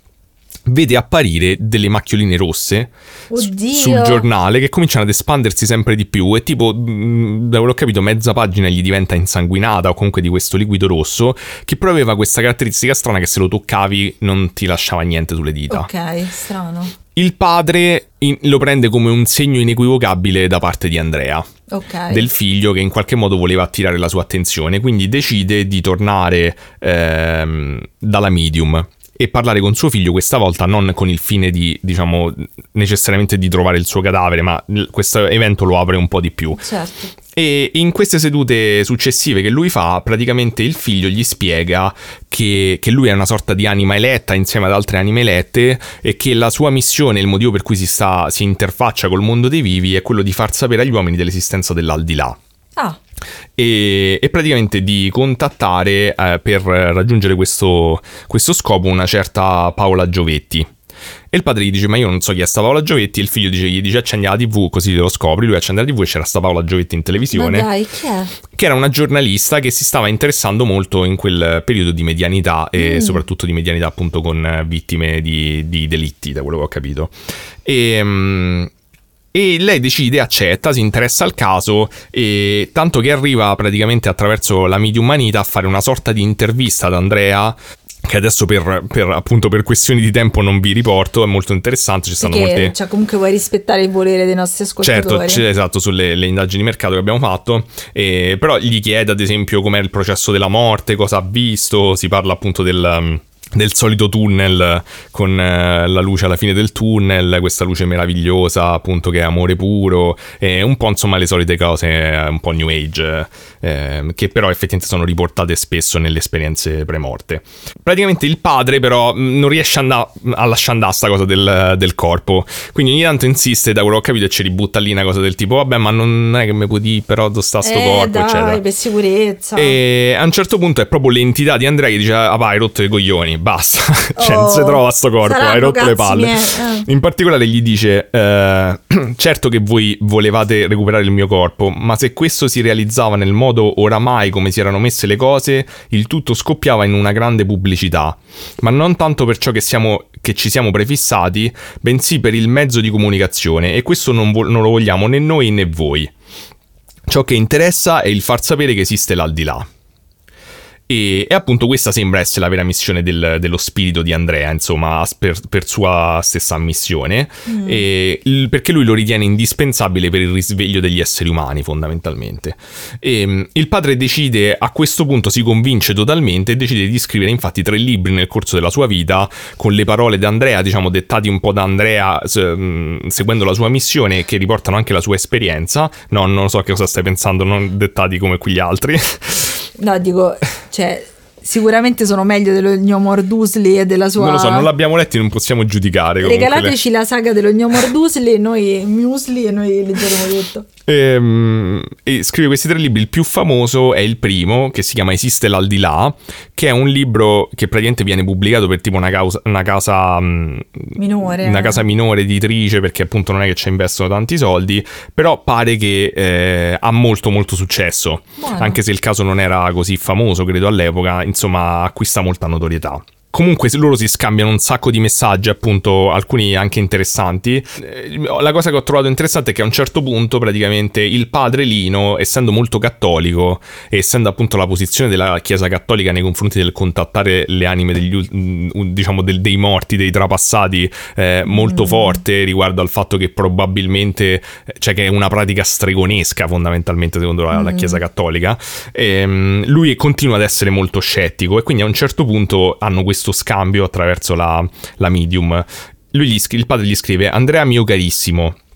S1: vede apparire delle macchioline rosse
S2: Oddio.
S1: sul giornale che cominciano ad espandersi sempre di più, e tipo, da quello che ho capito, mezza pagina gli diventa insanguinata o comunque di questo liquido rosso, che però aveva questa caratteristica strana che se lo toccavi non ti lasciava niente sulle dita.
S2: Ok, strano.
S1: Il padre in, lo prende come un segno inequivocabile da parte di Andrea,
S2: okay.
S1: del figlio che in qualche modo voleva attirare la sua attenzione, quindi decide di tornare ehm, dalla medium e parlare con suo figlio, questa volta non con il fine di, diciamo, necessariamente di trovare il suo cadavere, ma questo evento lo apre un po' di più.
S2: Certo.
S1: E in queste sedute successive che lui fa, praticamente il figlio gli spiega che, che lui è una sorta di anima eletta insieme ad altre anime elette, e che la sua missione, il motivo per cui si, sta, si interfaccia col mondo dei vivi, è quello di far sapere agli uomini dell'esistenza dell'aldilà.
S2: Ah.
S1: E, e praticamente di contattare eh, per raggiungere questo, questo scopo una certa Paola Giovetti. E il padre gli dice: ma io non so chi è sta Paola Giovetti. E il figlio dice, gli dice: accendi la tivù così te lo scopri. Lui accende la tivù e c'era sta Paola Giovetti in televisione.
S2: Ma dai, chi è?
S1: Che era una giornalista che si stava interessando molto in quel periodo di medianità, e mm. soprattutto di medianità appunto con vittime di, di delitti, da quello che ho capito. E... Um, E lei decide, accetta, si interessa al caso, e tanto che arriva praticamente attraverso la mediumanità a fare una sorta di intervista ad Andrea, che adesso per, per appunto per questioni di tempo non vi riporto. È molto interessante, ci stanno
S2: perché,
S1: molte...
S2: cioè, comunque vuoi rispettare il volere dei nostri ascoltatori.
S1: Certo, esatto, sulle le indagini di mercato che abbiamo fatto, e, però gli chiede ad esempio com'è il processo della morte, cosa ha visto, si parla appunto del... del solito tunnel con eh, la luce alla fine del tunnel, questa luce meravigliosa appunto che è amore puro, e un po' insomma le solite cose un po' new age, eh, che però effettivamente sono riportate spesso nelle esperienze premorte. Praticamente il padre però non riesce a, andare, a lasciare andare sta cosa del, del corpo, quindi ogni tanto insiste, da quello che ho capito, e ci ributta lì una cosa del tipo vabbè, ma non è che mi puoi dire però dove sta sto
S2: eh,
S1: corpo,
S2: dai,
S1: eccetera,
S2: per sicurezza.
S1: E a un certo punto è proprio l'entità di Andrea che dice: ah vai, hai rotto i coglioni, basta, cioè non si trova sto corpo, hai rotto le palle.
S2: Eh.
S1: In particolare gli dice eh, certo che voi volevate recuperare il mio corpo, ma se questo si realizzava nel modo oramai come si erano messe le cose, il tutto scoppiava in una grande pubblicità, ma non tanto per ciò che siamo che ci siamo prefissati, bensì per il mezzo di comunicazione, e questo non, vo- non lo vogliamo né noi né voi. Ciò che interessa è il far sapere che esiste l'aldilà. E, e appunto questa sembra essere la vera missione del, dello spirito di Andrea, insomma, per, per sua stessa ammissione, mm. e, il, perché lui lo ritiene indispensabile per il risveglio degli esseri umani, fondamentalmente. E, il padre decide, a questo punto si convince totalmente e decide di scrivere infatti tre libri nel corso della sua vita, con le parole di Andrea, diciamo dettati un po' da Andrea, se, seguendo la sua missione, che riportano anche la sua esperienza. No, non so che cosa stai pensando, non dettati come quegli altri.
S2: No, dico, cioè, sicuramente sono meglio dello Gnomor Dusli e della sua...
S1: Non lo so, non l'abbiamo letto e non possiamo giudicare.
S2: Regalateci le... la saga dello Gnomor Dusli, noi Musli, e noi leggeremo tutto.
S1: E, e scrive questi tre libri. Il più famoso è il primo, che si chiama Esiste l'aldilà, che è un libro che praticamente viene pubblicato per tipo una, causa, una casa
S2: minore
S1: una
S2: eh.
S1: casa minore editrice, perché appunto non è che ci investono tanti soldi, però pare che eh, ha molto molto successo. Buono. Anche se il caso non era così famoso, credo, all'epoca, insomma acquista molta notorietà. Comunque loro si scambiano un sacco di messaggi, appunto, alcuni anche interessanti. La cosa che ho trovato interessante è che a un certo punto praticamente il padre Lino, essendo molto cattolico e essendo appunto la posizione della Chiesa cattolica nei confronti del contattare le anime degli, diciamo, del, dei morti, dei trapassati, eh, molto mm. forte riguardo al fatto che probabilmente, cioè che è una pratica stregonesca fondamentalmente secondo la, mm. la Chiesa cattolica, ehm, lui continua ad essere molto scettico, e quindi a un certo punto hanno questo scambio attraverso la, la medium. Lui gli scri- il padre gli scrive: Andrea mio carissimo,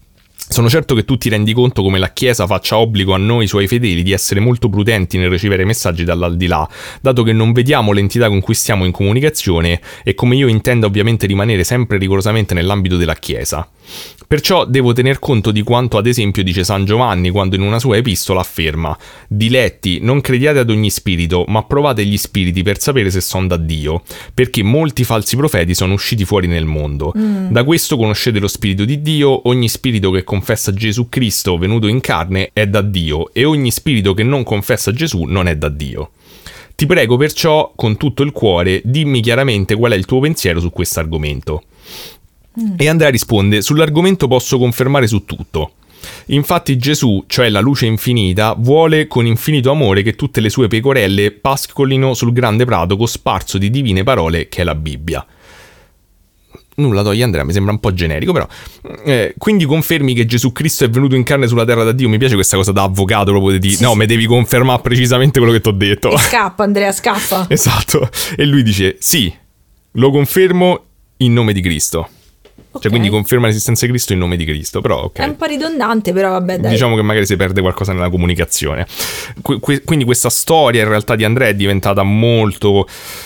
S1: Sono certo che tu ti rendi conto come la Chiesa faccia obbligo a noi suoi fedeli di essere molto prudenti nel ricevere messaggi dall'aldilà, dato che non vediamo l'entità con cui stiamo in comunicazione e come io intenda ovviamente rimanere sempre rigorosamente nell'ambito della Chiesa. Perciò devo tener conto di quanto ad esempio dice San Giovanni quando in una sua epistola afferma: diletti, non crediate ad ogni spirito, ma provate gli spiriti per sapere se son da Dio, perché molti falsi profeti sono usciti fuori nel mondo. Mm. Da questo conoscete lo spirito di Dio, ogni spirito che confessa Gesù Cristo venuto in carne è da Dio, e ogni spirito che non confessa Gesù non è da Dio. Ti prego perciò con tutto il cuore, dimmi chiaramente qual è il tuo pensiero su questo argomento. E Andrea risponde: sull'argomento posso confermare su tutto. Infatti Gesù, cioè la luce infinita, vuole con infinito amore che tutte le sue pecorelle pascolino sul grande prato cosparso di divine parole che è la Bibbia. Nulla toglie Andrea, mi sembra un po' generico, però. Eh, quindi confermi che Gesù Cristo è venuto in carne sulla terra da Dio? Mi piace questa cosa da avvocato, proprio di... Sì, no, sì. Mi devi confermare precisamente quello che ti ho detto.
S2: E scappa Andrea, scappa.
S1: Esatto. E lui dice: sì, lo confermo in nome di Cristo. Okay. Cioè, quindi conferma l'esistenza di Cristo in nome di Cristo, però ok.
S2: È un po' ridondante, però vabbè, dai.
S1: Diciamo che magari si perde qualcosa nella comunicazione. Qu- que- quindi questa storia in realtà di Andrea è diventata molto...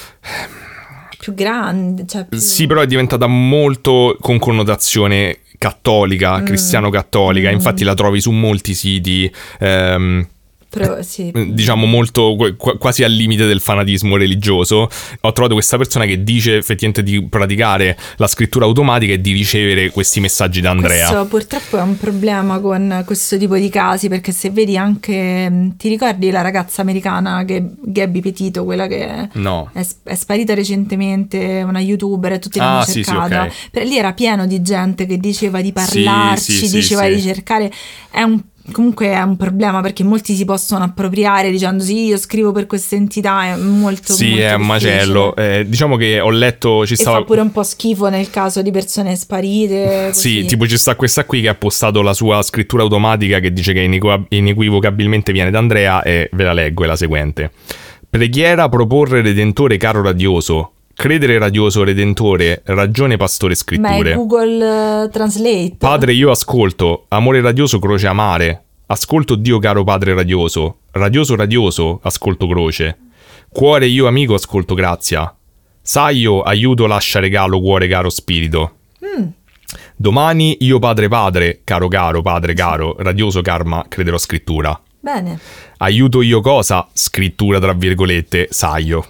S2: più grande, cioè più...
S1: Sì, però è diventata molto con connotazione cattolica, mm. cristiano-cattolica. Mm. Infatti la trovi su molti siti... Ehm,
S2: Però, sì.
S1: diciamo molto qu- quasi al limite del fanatismo religioso. Ho trovato questa persona che dice effettivamente di praticare la scrittura automatica e di ricevere questi messaggi da Andrea.
S2: Questo purtroppo è un problema con questo tipo di casi, perché se vedi anche, ti ricordi la ragazza americana che Gabby Petito, quella che
S1: no.
S2: è, è sparita recentemente, una youtuber, e tutti l'hanno
S1: ah,
S2: cercata.
S1: Sì, sì, okay.
S2: Per lì era pieno di gente che diceva di parlarci,
S1: sì, sì,
S2: diceva
S1: sì,
S2: di
S1: sì.
S2: cercare. È un Comunque è un problema, perché molti si possono appropriare dicendo sì, io scrivo per questa entità, è molto
S1: sì
S2: molto
S1: è un macello. Eh, diciamo che ho letto ci
S2: e
S1: stava...
S2: fa pure un po' schifo nel caso di persone sparite così.
S1: Sì, tipo ci sta questa qui che ha postato la sua scrittura automatica che dice che inequ- inequivocabilmente viene da Andrea, e ve la leggo, è la seguente: preghiera proporre redentore caro radioso, credere radioso redentore, ragione pastore scritture.
S2: Ma è Google uh, Translate.
S1: Padre io ascolto, amore radioso croce amare, ascolto Dio caro padre radioso, radioso radioso ascolto croce, cuore io amico ascolto grazia, saio aiuto lascia regalo cuore caro spirito. Mm. Domani io padre padre, caro caro padre caro, radioso karma crederò scrittura.
S2: Bene.
S1: Aiuto io cosa? Scrittura tra virgolette, saio.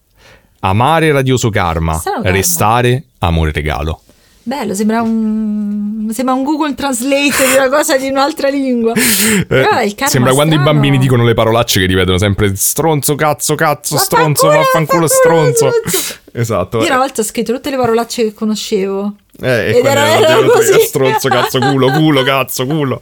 S1: Amare radioso karma,
S2: karma,
S1: restare amore regalo.
S2: Bello, sembra un sembra un Google Translate di una cosa di un'altra lingua. Però il karma
S1: sembra quando
S2: strano.
S1: I bambini dicono le parolacce che ripetono sempre stronzo, cazzo, cazzo, stronzo, vaffanculo, stronzo. Esatto.
S2: Io una volta ho scritto tutte le parolacce che conoscevo.
S1: Eh, e ed era, era così. Stronzo, cazzo, culo, culo, cazzo, culo.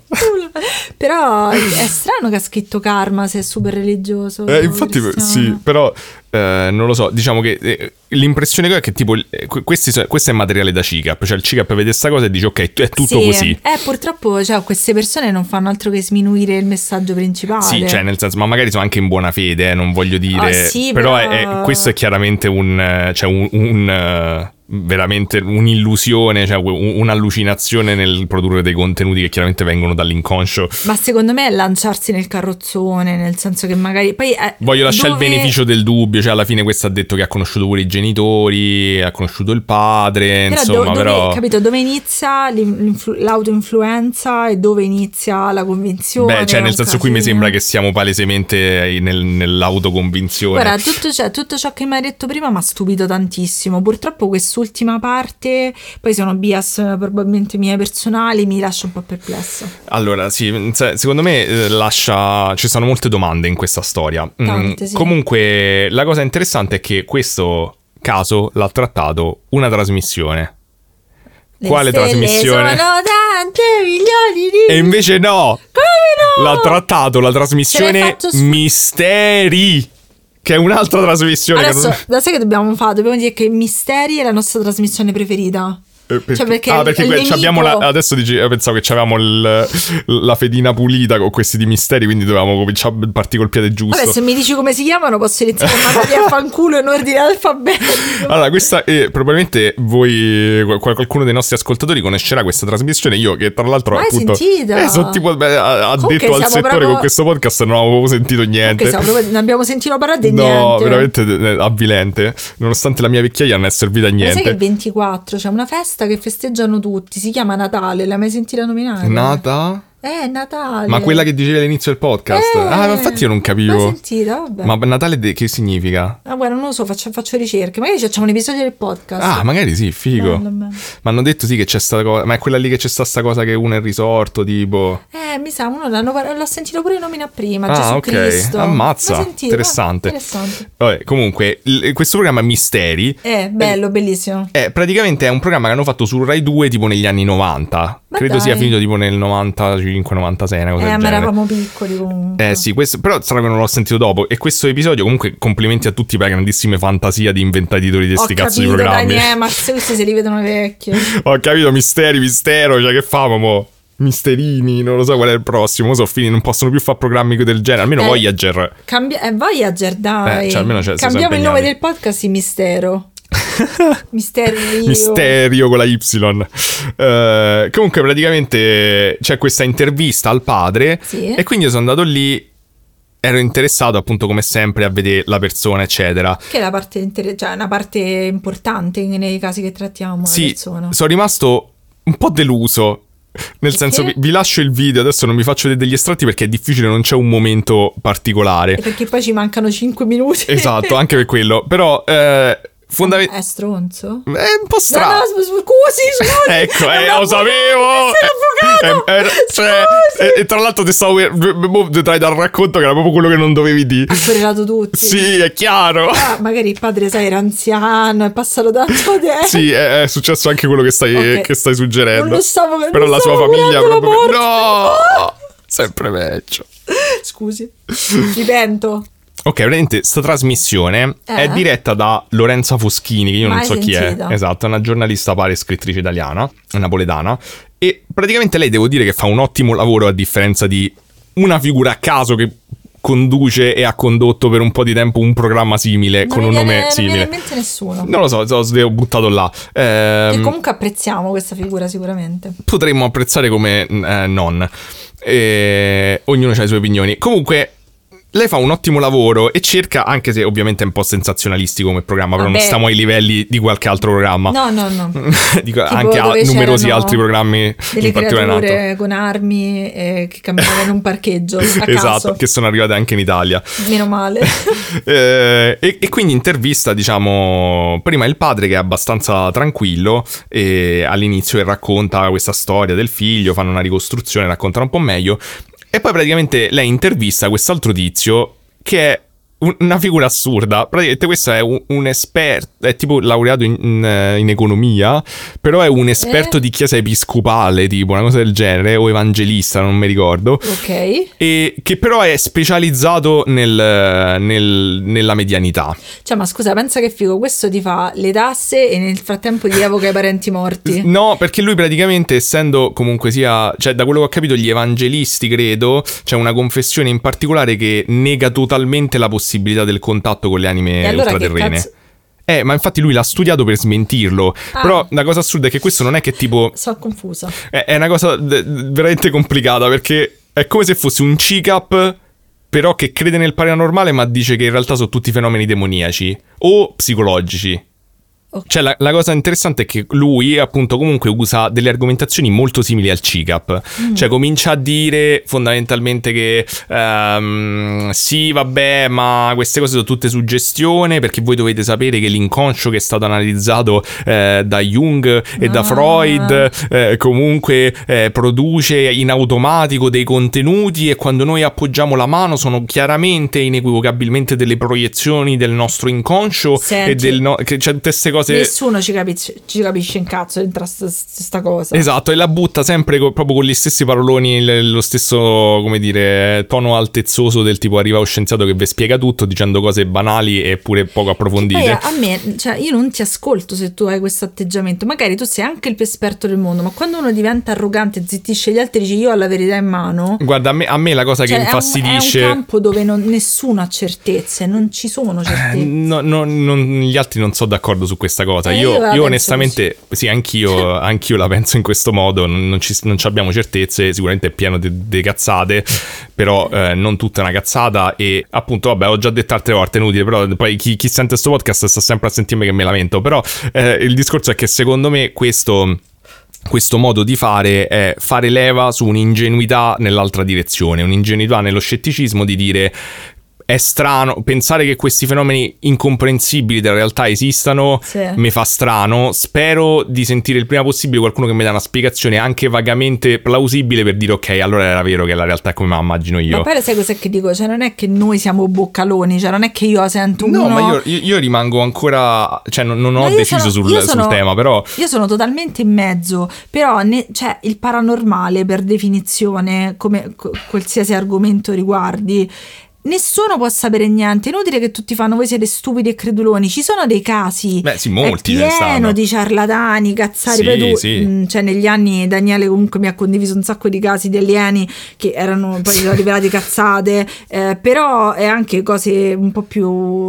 S2: Però è strano che ha scritto karma se è super religioso.
S1: Eh, infatti cristiano. Sì, però eh, non lo so, diciamo che eh, l'impressione che è che tipo eh, questi, questo è materiale da C I C A P, cioè il C I C A P vede sta cosa e dice ok, è tutto
S2: sì.
S1: così.
S2: Eh, purtroppo cioè, queste persone non fanno altro che sminuire il messaggio principale.
S1: Sì, cioè nel senso, ma magari sono anche in buona fede, eh, non voglio dire,
S2: oh, sì,
S1: però,
S2: però...
S1: È, è, questo è chiaramente un, cioè un, un veramente un'illusione, cioè un'allucinazione nel produrre dei contenuti che chiaramente vengono dall'inconscio.
S2: Ma secondo me è lanciarsi nel carrozzone, nel senso che magari poi eh,
S1: voglio lasciare
S2: dove...
S1: il beneficio del dubbio, cioè alla fine questo ha detto che ha conosciuto pure i genitori, ha conosciuto il padre, però insomma,
S2: dove,
S1: però
S2: capito dove inizia l'autoinfluenza e dove inizia la convinzione.
S1: Beh, cioè nel senso, qui mi sembra che siamo palesemente nel, nell'autoconvinzione.
S2: Guarda, tutto, cioè, tutto ciò che mi hai detto prima mi ha stupito tantissimo. Purtroppo quest'ultima parte, poi sono bias probabilmente miei personali, mi lascia un po' perplesso.
S1: Allora, sì, secondo me eh, lascia, ci sono molte domande in questa storia.
S2: Tante,
S1: mm,
S2: sì.
S1: Comunque la cosa interessante è che questo caso l'ha trattato una trasmissione.
S2: Le
S1: Quale trasmissione?
S2: Sono tante milioni di...
S1: E invece no!
S2: Come no?
S1: L'ha trattato la trasmissione su... Misteri, che è un'altra trasmissione.
S2: Adesso,
S1: che non...
S2: da sai che dobbiamo fare? Dobbiamo dire che Misteri è la nostra trasmissione preferita.
S1: Eh, perché?
S2: Cioè, perché
S1: ah, perché que-
S2: nemico...
S1: abbiamo la, adesso dici, pensavo che avevamo il, la fedina pulita con questi di misteri, quindi dovevamo cominciare a partire col piede giusto.
S2: Vabbè, se mi dici come si chiamano posso iniziare magari a fanculo in ordine alfabetico.
S1: Allora, questa è, probabilmente voi, qualcuno dei nostri ascoltatori conoscerà questa trasmissione. Io che tra l'altro
S2: Mai
S1: appunto
S2: sentita.
S1: Eh, sono tipo beh, addetto al settore
S2: proprio...
S1: con questo podcast, non avevo sentito niente.
S2: Proprio, non abbiamo sentito parlare di
S1: no,
S2: niente.
S1: No, veramente avvilente. Nonostante la mia vecchiaia non è servita a niente.
S2: Ma sai che il ventiquattro c'è una festa che festeggiano tutti, si chiama Natale, l'hai mai sentita nominare?
S1: Nata?
S2: Eh, Natale.
S1: Ma quella che dicevi all'inizio del podcast?
S2: Eh,
S1: ah, infatti io non capivo.
S2: L'hai sentita? Vabbè.
S1: Ma Natale de- che significa?
S2: Ah, guarda, non lo so, faccio, faccio ricerche. Magari facciamo un episodio del podcast.
S1: Ah, magari sì, figo.
S2: Bello, bello.
S1: Ma hanno detto sì che c'è stata cosa. Ma è quella lì che c'è stata sta cosa che uno è risorto, tipo.
S2: Eh, mi sa, uno l'hanno, l'ho sentito pure nomina prima.
S1: Ah,
S2: Gesù
S1: ok.
S2: Cristo.
S1: Ammazza.
S2: Sentito,
S1: interessante.
S2: interessante.
S1: Vabbè, comunque, l- questo programma Misteri.
S2: Eh, bello, eh, bellissimo.
S1: È praticamente è un programma che hanno fatto su Rai due tipo negli anni novanta.
S2: Ma
S1: credo
S2: dai.
S1: sia finito tipo nel novantacinque novantasei, una cosa
S2: Eh,
S1: del
S2: ma
S1: genere.
S2: eravamo piccoli comunque.
S1: Eh sì, questo, però sarà che non l'ho sentito dopo. E questo episodio, comunque, complimenti a tutti per la grandissima fantasia di inventare i titoli di sti cazzo di programmi.
S2: Dai, ma questi si rivedono vecchi.
S1: Ho capito, misteri, mistero, cioè che famo, mo? Misterini, non lo so qual è il prossimo. Non so, fini, non possono più fare programmi del genere. Almeno
S2: eh,
S1: Voyager.
S2: Cambia- eh, Voyager, dai.
S1: Eh, cioè, almeno c'è,
S2: cambiamo il nome del podcast in Mistero. Misterio.
S1: Misterio con la Y. Uh, comunque praticamente c'è questa intervista al padre,
S2: sì.
S1: E quindi io sono andato lì. Ero interessato appunto come sempre a vedere la persona eccetera.
S2: Che è la parte inter- cioè una parte importante nei casi che trattiamo.
S1: Sì,
S2: la persona.
S1: sono rimasto un po' deluso. Nel
S2: perché?
S1: senso, vi, vi lascio il video, adesso non vi faccio vedere degli estratti perché è difficile, non c'è un momento particolare.
S2: E perché poi ci mancano cinque minuti.
S1: Esatto, anche per quello. Però eh, fondament-
S2: È stronzo?
S1: È un po' strano.
S2: No, no, scusi, scusi.
S1: Ecco, eh, lo sapevo.
S2: Sei
S1: Eh, eh, cioè, e, e tra l'altro ti stavo vedrai dal racconto che era proprio quello che non dovevi dire.
S2: Ha querelato tutti.
S1: Sì, è chiaro.
S2: Ah, magari il padre, sai, era anziano, è passato tanto tempo.
S1: Sì, è, è successo anche quello che stai,
S2: Okay.
S1: che stai suggerendo.
S2: Non lo stavo,
S1: però
S2: non
S1: la sua
S2: stavo
S1: famiglia
S2: curando la
S1: proprio...
S2: morte.
S1: No, sempre peggio.
S2: Scusi, mi pento.
S1: Ok, praticamente sta trasmissione
S2: Eh?
S1: è diretta da Lorenza Foschini, che io
S2: Mai
S1: non so
S2: sentita.
S1: chi è. Esatto, è una giornalista pare scrittrice italiana, napoletana. E praticamente lei, devo dire che fa un ottimo lavoro, a differenza di una figura a caso che conduce e ha condotto per un po' di tempo un programma simile,
S2: Non
S1: con
S2: mi
S1: un
S2: viene,
S1: nome
S2: non mi
S1: simile.
S2: viene in mente nessuno.
S1: Non lo so, so ho buttato là.
S2: Che
S1: Ehm,
S2: comunque apprezziamo questa figura sicuramente.
S1: potremmo apprezzare come eh, non. E ognuno ha le sue opinioni. Comunque lei fa un ottimo lavoro e cerca, anche se ovviamente è un po' sensazionalistico come programma, però
S2: Vabbè.
S1: non stiamo ai livelli di qualche altro programma.
S2: No, no, no.
S1: Dico, anche a
S2: dove
S1: numerosi
S2: c'erano
S1: altri programmi,
S2: delle
S1: in particolare in alto.
S2: creature con armi eh, che camminavano in un parcheggio a
S1: Esatto,
S2: caso.
S1: che sono arrivate anche in Italia.
S2: Meno male.
S1: Eh, e, e quindi intervista, diciamo, prima il padre, che è abbastanza tranquillo, e all'inizio racconta questa storia del figlio, fanno una ricostruzione, raccontano un po' meglio, e poi praticamente lei intervista quest'altro tizio che è un- una figura assurda. Praticamente questo è un, un esperto, è tipo laureato in, in, in economia, però è un esperto
S2: Eh?
S1: di chiesa episcopale, tipo una cosa del genere, o evangelista, non mi ricordo.
S2: Ok.
S1: E che però è specializzato nel, nel- nella medianità.
S2: Cioè, ma scusa, pensa che figo, questo ti fa le tasse e nel frattempo gli evoca i parenti morti.
S1: No, perché lui praticamente, essendo comunque sia, cioè da quello che ho capito, gli evangelisti, credo, c'è una confessione in particolare che nega totalmente la possibilità del contatto con le anime
S2: E allora che
S1: ultraterrene.
S2: cazzo-
S1: Eh, ma infatti lui l'ha studiato per smentirlo.
S2: Ah.
S1: Però la cosa assurda è che questo non è che tipo...
S2: Sono confusa.
S1: È, è una cosa d- veramente complicata, perché è come se fosse un C I C A P, però che crede nel paranormale, ma dice che in realtà sono tutti fenomeni demoniaci o psicologici.
S2: Ok.
S1: Cioè la, la cosa interessante è che lui appunto comunque usa delle argomentazioni molto simili al C I C A P.
S2: Mm.
S1: Cioè comincia a dire fondamentalmente che ehm, sì vabbè, ma queste cose sono tutte suggestione, perché voi dovete sapere che l'inconscio, che è stato analizzato eh, da Jung e da
S2: Ah.
S1: Freud, eh, comunque eh, produce in automatico dei contenuti, e quando noi appoggiamo la mano sono chiaramente e inequivocabilmente delle proiezioni del nostro inconscio.
S2: Senti.
S1: E del no- che c'è tutte queste cose cose...
S2: Nessuno ci capisce, ci capisce in cazzo dentro sta, sta cosa.
S1: Esatto, e la butta sempre co- proprio con gli stessi paroloni, l- lo stesso, come dire, tono altezzoso del tipo arriva lo scienziato che vi spiega tutto dicendo cose banali e pure poco approfondite.
S2: Poi a me, cioè io non ti ascolto se tu hai questo atteggiamento, magari tu sei anche il più esperto del mondo, ma quando uno diventa arrogante, zittisce gli altri, dice io ho la verità in mano.
S1: Guarda, a me, a me la cosa
S2: cioè,
S1: che infastidisce...
S2: È un, è un campo dove non, nessuno ha certezze, non ci sono certezze.
S1: Eh, no, no, non, gli altri non sono d'accordo su questa cosa.
S2: Eh,
S1: io,
S2: io,
S1: io onestamente,
S2: così.
S1: sì, anch'io, anch'io la penso in questo modo. Non, non, ci, non ci abbiamo certezze. Sicuramente è pieno di cazzate, però eh, non tutta una cazzata. E appunto, vabbè, ho già detto altre volte, è inutile. Però poi chi, chi sente questo podcast sta sempre a sentirmi che me lamento. Però eh, il discorso è che secondo me questo. Questo modo di fare è fare leva su un'ingenuità nell'altra direzione, un'ingenuità nello scetticismo di dire è strano, pensare che questi fenomeni incomprensibili della realtà esistano,
S2: sì.
S1: mi fa strano, spero di sentire il prima possibile qualcuno che mi dà una spiegazione anche vagamente plausibile per dire ok, allora era vero che la realtà è come me la immagino io.
S2: Ma poi sai cos'è che dico? Cioè non è che noi siamo boccaloni, cioè non è che io sento
S1: no,
S2: uno...
S1: ma io, io, io rimango ancora, cioè non, non ho deciso
S2: sono,
S1: sul,
S2: sono,
S1: sul tema, però...
S2: Io sono totalmente in mezzo, però ne, cioè il paranormale per definizione, come qualsiasi argomento riguardi, nessuno può sapere niente, è inutile che tutti fanno voi siete stupidi e creduloni, ci sono dei casi,
S1: beh sì, molti,
S2: è pieno di ciarlatani, cazzari,
S1: sì,
S2: poi tu,
S1: sì.
S2: mh, cioè negli anni Daniele comunque mi ha condiviso un sacco di casi di alieni che erano poi sono rivelati cazzate, eh, però è anche cose un po' più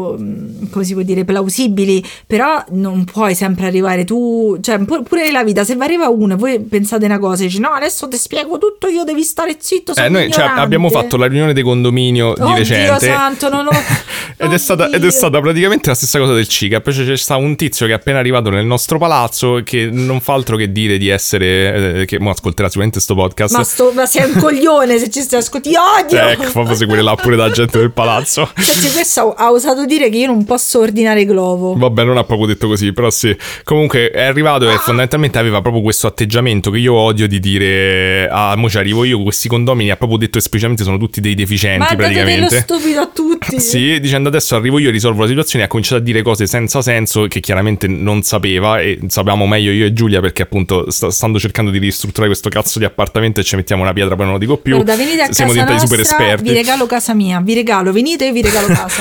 S2: mh, come si può dire plausibili, però non puoi sempre arrivare tu, cioè pure nella vita se vi arriva uno e voi pensate una cosa e dici no adesso ti spiego tutto, io devi stare zitto, sono
S1: eh, noi cioè, abbiamo fatto la riunione di condominio di
S2: oh,
S1: recente.
S2: Dio santo, non ho...
S1: ed, è stata, ed è stata praticamente la stessa cosa del C I C A P. Cioè, c'è stato un tizio che è appena arrivato nel nostro palazzo che non fa altro che dire di essere eh, che mo ascolterà sicuramente sto podcast.
S2: Ma, sto, ma sei un coglione se ci stai ascolti, odio!
S1: Ecco, fammi seguire là pure la gente del palazzo.
S2: Cioè, questo ha osato dire che io non posso ordinare Glovo.
S1: Vabbè, non ha proprio detto così, però sì. Comunque è arrivato e fondamentalmente aveva proprio questo atteggiamento che io odio di dire ah, mo ci arrivo io, questi condomini ha proprio detto esplicitamente sono tutti dei deficienti. Ma praticamente.
S2: Ma stupido a tutti.
S1: Sì, dicendo adesso arrivo io, risolvo la situazione, ha cominciato a dire cose senza senso che chiaramente non sapeva e sapevamo meglio io e Giulia perché appunto st- stando cercando di ristrutturare questo cazzo di appartamento e ci mettiamo una pietra, poi non lo dico più.
S2: Guarda, venite a
S1: siamo
S2: casa
S1: diventati
S2: nostra,
S1: super esperti.
S2: Vi regalo casa mia, vi regalo, venite e vi regalo casa.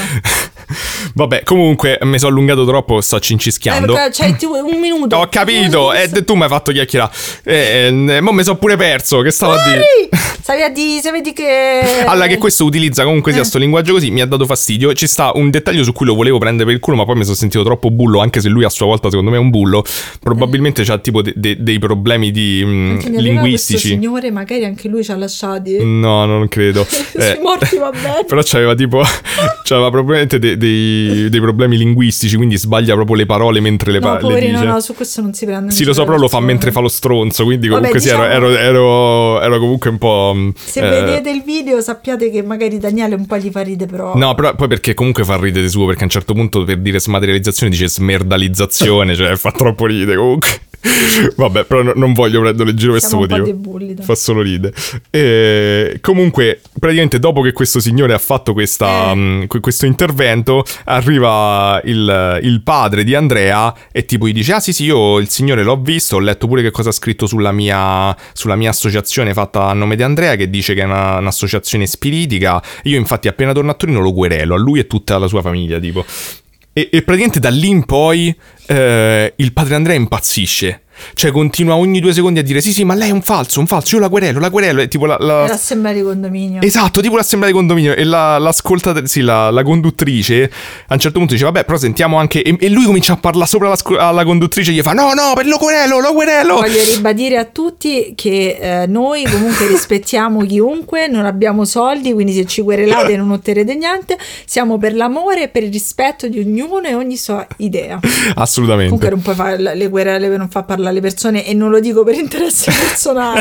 S1: Vabbè, comunque mi sono allungato troppo, sto cincischiando.
S2: Eh, c'hai un minuto.
S1: Ho capito, e eh, tu mi hai fatto chiacchierare. E eh, mo mi sono pure perso, che stavo
S2: Fuori!
S1: a dire?
S2: Stavi a dire, se vedi che...
S1: Allora, che questo utilizza comunque sia eh. sto linguaggio così, mi ha dato fastidio. Ci sta un dettaglio su cui lo volevo prendere per il culo, ma poi mi sono sentito troppo bullo, anche se lui a sua volta secondo me è un bullo. Probabilmente eh. c'ha tipo de- de- dei problemi di mh, linguistici.
S2: Questo signore magari anche lui ci ha lasciati.
S1: No, non credo.
S2: eh. morti va bene.
S1: Però c'aveva tipo c'aveva probabilmente de- dei, dei problemi linguistici, quindi sbaglia proprio le parole mentre le, pa-
S2: no,
S1: le dice.
S2: No, no, su questo non si prende.
S1: Sì, lo so, però lo fa mentre fa lo stronzo, quindi comunque Vabbè, sì, diciamo... ero, ero, ero comunque un po'...
S2: Se eh... vedete il video sappiate che magari Daniele un po' gli fa ridere, però...
S1: No, però poi perché comunque fa ridere suo, perché a un certo punto per dire smaterializzazione dice smerdalizzazione, cioè fa troppo ridere comunque. Vabbè, però no, non voglio prendere in giro questo motivo. Bulli, fa solo ridere. E comunque, praticamente dopo che questo signore ha fatto questa, eh. mh, questo intervento, arriva il, il padre di Andrea e tipo gli dice: ah sì sì, io il signore l'ho visto, ho letto pure che cosa ha scritto sulla mia, sulla mia associazione fatta a nome di Andrea, che dice che è una, un'associazione spiritica. Io infatti appena torno a Torino lo querelo, a lui e tutta la sua famiglia, tipo. E, e praticamente da lì in poi eh, il padre Andrea impazzisce. Cioè continua ogni due secondi a dire sì sì ma lei è un falso, un falso, io la querelo, la querelo. È tipo la, la...
S2: l'assemblea di condominio.
S1: Esatto, tipo l'assemblea di condominio. E la, l'ascoltatrice, sì, la, la conduttrice a un certo punto dice vabbè però sentiamo anche. E, e lui comincia a parlare sopra la, alla conduttrice e gli fa no no per lo querelo, lo querelo.
S2: Voglio ribadire a tutti che eh, noi comunque rispettiamo chiunque, non abbiamo soldi, quindi se ci querelate non otterrete niente, siamo per l'amore e per il rispetto di ognuno e ogni sua idea.
S1: Assolutamente.
S2: Comunque non puoi fare le querele per non far parlare le persone, e non lo dico per interesse personale.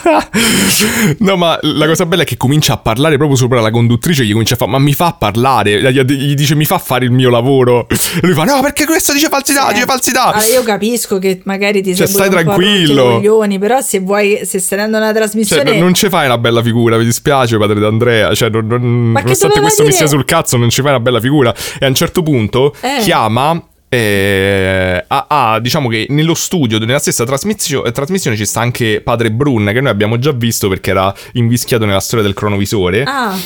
S1: No, ma la cosa bella è che comincia a parlare proprio sopra la conduttrice, gli comincia a fare ma mi fa parlare, gli dice mi fa fare il mio lavoro, e lui fa no perché questo dice falsità, sì. dice falsità. Allora,
S2: io capisco che magari ti
S1: cioè,
S2: sei
S1: stai tranquillo,
S2: coglioni, però se vuoi, se stai dando una trasmissione,
S1: cioè, non ci fai una bella figura, mi dispiace padre d'Andrea, cioè non, non, nonostante questo dire... mi stia sul cazzo non ci fai una bella figura. E a un certo punto eh. chiama Eh, ah, ah, diciamo che nello studio, nella stessa trasmissio- trasmissione ci sta anche padre Brun, che noi abbiamo già visto perché era invischiato nella storia del cronovisore.
S2: Ah.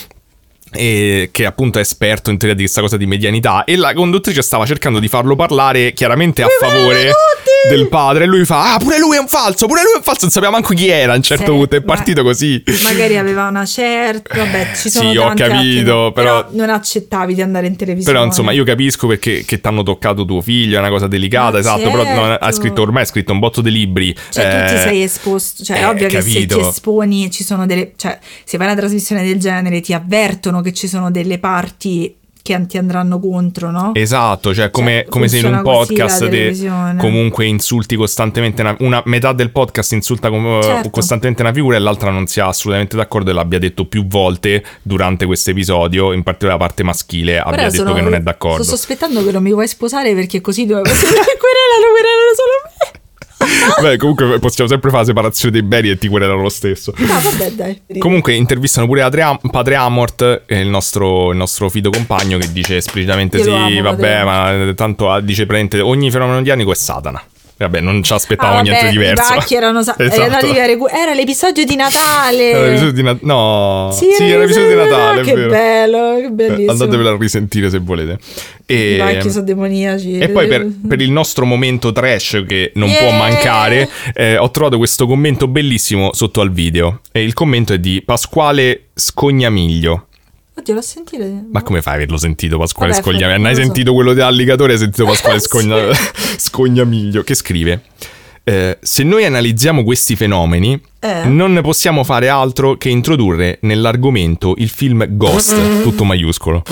S1: E che appunto è esperto in teoria di questa cosa di medianità, e la conduttrice stava cercando di farlo parlare chiaramente a
S2: Mi
S1: favore del padre, e lui fa: ah, pure lui è un falso, pure lui è un falso, non sapeva manco chi era a un certo
S2: Sì,
S1: punto, è partito
S2: ma-
S1: così.
S2: Magari aveva una certa, vabbè, ci sono
S1: Sì, ho
S2: tanti
S1: capito,
S2: altri-
S1: però-
S2: non accettavi di andare in televisione.
S1: Però insomma io capisco perché che t'hanno toccato tuo figlio, è una cosa delicata,
S2: Ma
S1: esatto, però non- ha
S2: certo.
S1: scritto, ormai ha scritto un botto di libri.
S2: Cioè, tu ti
S1: eh,
S2: sei esposto, cioè, è
S1: eh,
S2: ovvio che se
S1: capito.
S2: ti esponi ci sono delle, cioè, se fai una trasmissione del genere ti avvertono che ci sono delle parti che ti andranno contro, no?
S1: Esatto, cioè come,
S2: Cioè,
S1: come se in un
S2: funziona così la
S1: podcast te
S2: televisione.
S1: comunque insulti costantemente una, una metà del podcast insulta com-
S2: Certo.
S1: costantemente una figura e l'altra non sia assolutamente d'accordo e l'abbia detto più volte durante questo episodio, in particolare la parte maschile abbia
S2: Ora
S1: detto
S2: sono-
S1: che non è d'accordo.
S2: Sto sospettando che non mi vuoi sposare perché così dove querelano, querelano solo me.
S1: Beh, comunque possiamo sempre fare la separazione dei beni e ti querelano lo stesso.
S2: Ah, vabbè, dai.
S1: Comunque intervistano pure Adria- padre Amort, eh, il nostro, il nostro fido compagno, che dice esplicitamente
S2: Io lo
S1: sì,
S2: amo,
S1: vabbè,
S2: Padre
S1: ma tanto ah, dice praticamente ogni fenomeno dianico è Satana. Vabbè, non ci aspettavamo
S2: Ah, vabbè,
S1: niente diverso.
S2: I vacchi erano sa-
S1: Esatto.
S2: erano arrivati a recu- era l'episodio di Natale.
S1: Era l'episodio di Natale. No,
S2: Sì,
S1: sì, era l'episodio di Natale, è
S2: che
S1: vero.
S2: bello, che bellissimo.
S1: Eh, Andatevela a risentire se volete. E,
S2: I vacchi sono demoniaci.
S1: e poi per, per il nostro momento trash che non
S2: Yeah!
S1: può mancare, eh, ho trovato questo commento bellissimo sotto al video. E il commento è di Pasquale Scognamiglio.
S2: Oddio, l'ho sentito.
S1: Ma come fai a averlo sentito Pasquale
S2: Vabbè,
S1: Scognamiglio?
S2: non
S1: Non hai
S2: lo so.
S1: sentito quello dell'alligatore, hai sentito Pasquale
S2: Sì.
S1: Scogna- Scognamiglio, che scrive: eh, se noi analizziamo questi fenomeni,
S2: Eh?
S1: non ne possiamo fare altro che introdurre nell'argomento il film Ghost, tutto maiuscolo.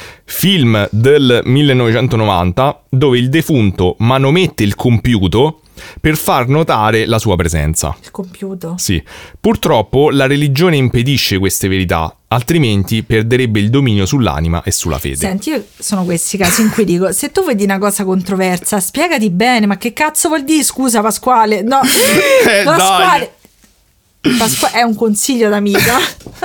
S1: Film del millenovecentonovanta dove il defunto manomette il computo per far notare la sua presenza.
S2: Il computer.
S1: Sì, purtroppo la religione impedisce queste verità, altrimenti perderebbe il dominio sull'anima e sulla fede.
S2: Senti, io sono questi casi in cui dico: se tu vuoi dire una cosa controversa, spiegati bene. Ma che cazzo vuol dire? Scusa, Pasquale. No,
S1: Eh,
S2: Pasquale. Pasqua- è un consiglio d'amica.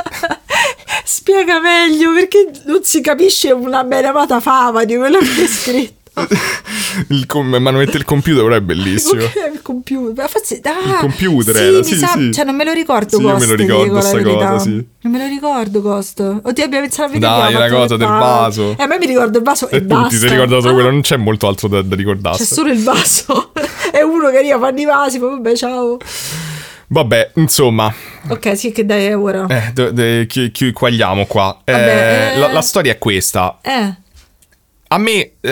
S2: Spiega meglio perché non si capisce una beneamata fava di quello che hai scritto.
S1: Il com- manomette il computer però è bellissimo.
S2: Ok, il computer. Ma forse- ah,
S1: Il computer
S2: sì,
S1: era,
S2: mi
S1: sì,
S2: sa-
S1: sì.
S2: Cioè non me lo ricordo.
S1: Sì, io
S2: Ghost,
S1: me lo
S2: ti
S1: ricordo
S2: dico la
S1: sta
S2: verità.
S1: cosa, sì.
S2: Non me lo ricordo Ghost. Oddio, abbiamo iniziato a vedere.
S1: Dai,
S2: abbiamo
S1: la
S2: fatto
S1: cosa
S2: le
S1: del
S2: palle.
S1: vaso.
S2: Eh, a me mi ricordo il vaso e,
S1: E tu
S2: basta.
S1: ti sei ricordato solo
S2: Ah,
S1: quello, non c'è molto altro da, da
S2: C'è
S1: ricordarsi.
S2: solo il vaso. È uno che arriva, fanno i vasi, poi vabbè, ciao.
S1: Vabbè, insomma,
S2: Ok, sì, che dai ora.
S1: eh, de- de- chi, chi quagliamo qua? Eh,
S2: Vabbè, eh.
S1: la, la storia è questa.
S2: Eh.
S1: A me... eh,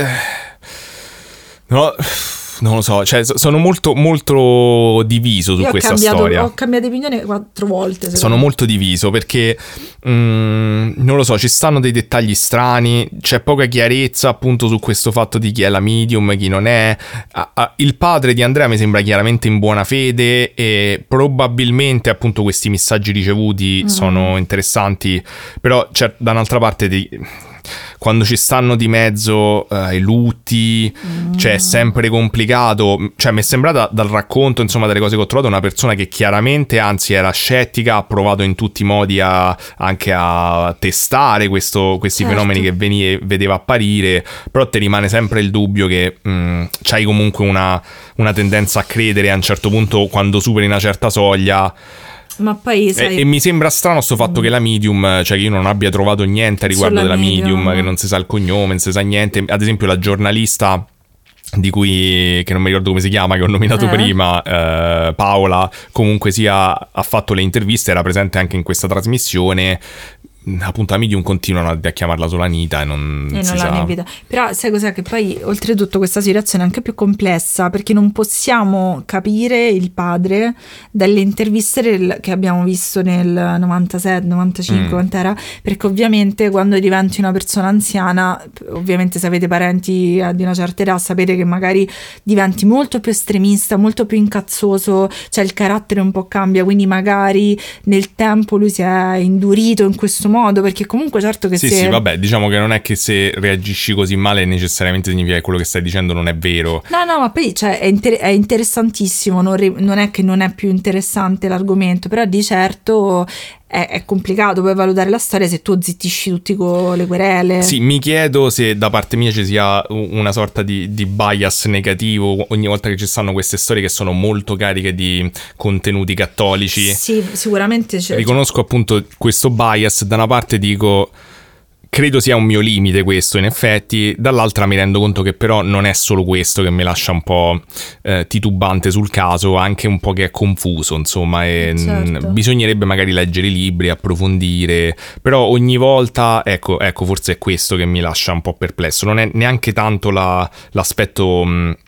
S1: no, non lo so, cioè so- sono molto molto diviso su
S2: Io ho
S1: questa
S2: cambiato,
S1: storia.
S2: ho cambiato opinione quattro volte. secondo
S1: Sono
S2: me.
S1: molto diviso perché mm, non lo so, ci stanno dei dettagli strani, c'è poca chiarezza appunto su questo fatto di chi è la medium, chi non è. Ah, ah, il padre di Andrea mi sembra chiaramente in buona fede e probabilmente appunto questi messaggi ricevuti
S2: Mm.
S1: sono interessanti, però c'è da un'altra parte di... quando ci stanno di mezzo eh, i lutti,
S2: Mm.
S1: cioè è sempre complicato. Cioè mi è sembrata dal racconto, insomma, delle cose che ho trovato, una persona che chiaramente, anzi, era scettica, ha provato in tutti i modi a, anche a testare questo, questi
S2: Certo.
S1: fenomeni che veni- vedeva apparire, però ti rimane sempre il dubbio che mh, c'hai comunque una, una tendenza a credere a un certo punto, quando superi una certa soglia.
S2: Ma poi sai,
S1: E, e mi sembra strano sto fatto che la medium, cioè che io non abbia trovato niente a riguardo
S2: Sulla
S1: della medium,
S2: medium.
S1: che non si sa il cognome, non si sa niente. Ad esempio la giornalista di cui, che non mi ricordo come si chiama, che ho nominato
S2: Eh?
S1: prima, eh, Paola, comunque sia, ha fatto le interviste, era presente anche in questa trasmissione. Appunto a medium continuano a, a chiamarla solo Anita e non,
S2: e
S1: si
S2: non
S1: sa.
S2: l'hanno invitata. Però sai cos'è? Che poi oltretutto questa situazione è anche più complessa perché non possiamo capire il padre dalle interviste del- che abbiamo visto nel novantasette novantacinque
S1: Mm.
S2: quant'era, perché ovviamente quando diventi una persona anziana, ovviamente se avete parenti di una certa età sapete che magari diventi molto più estremista, molto più incazzoso, cioè il carattere un po' cambia, quindi magari nel tempo lui si è indurito in questo modo, perché comunque certo che
S1: Sì,
S2: se...
S1: sì, vabbè, diciamo che non è che se reagisci così male necessariamente significa che quello che stai dicendo non è vero.
S2: No, no, ma poi cioè, è, inter- è interessantissimo, non, ri- non è che non è più interessante l'argomento, però di certo è, è complicato poi valutare la storia se tu zittisci tutti con le querele.
S1: Sì, mi chiedo se da parte mia ci sia una sorta di, di bias negativo ogni volta che ci stanno queste storie che sono molto cariche di contenuti cattolici.
S2: Sì, sicuramente c'è.
S1: Riconosco appunto questo bias, da una parte dico credo sia un mio limite questo in effetti, dall'altra mi rendo conto che però non è solo questo che mi lascia un po' eh, titubante sul caso, anche un po' che è confuso insomma, e
S2: certo.
S1: n- bisognerebbe magari leggere i libri, approfondire, però ogni volta ecco, ecco forse è questo che mi lascia un po' perplesso, non è neanche tanto la, l'aspetto mh,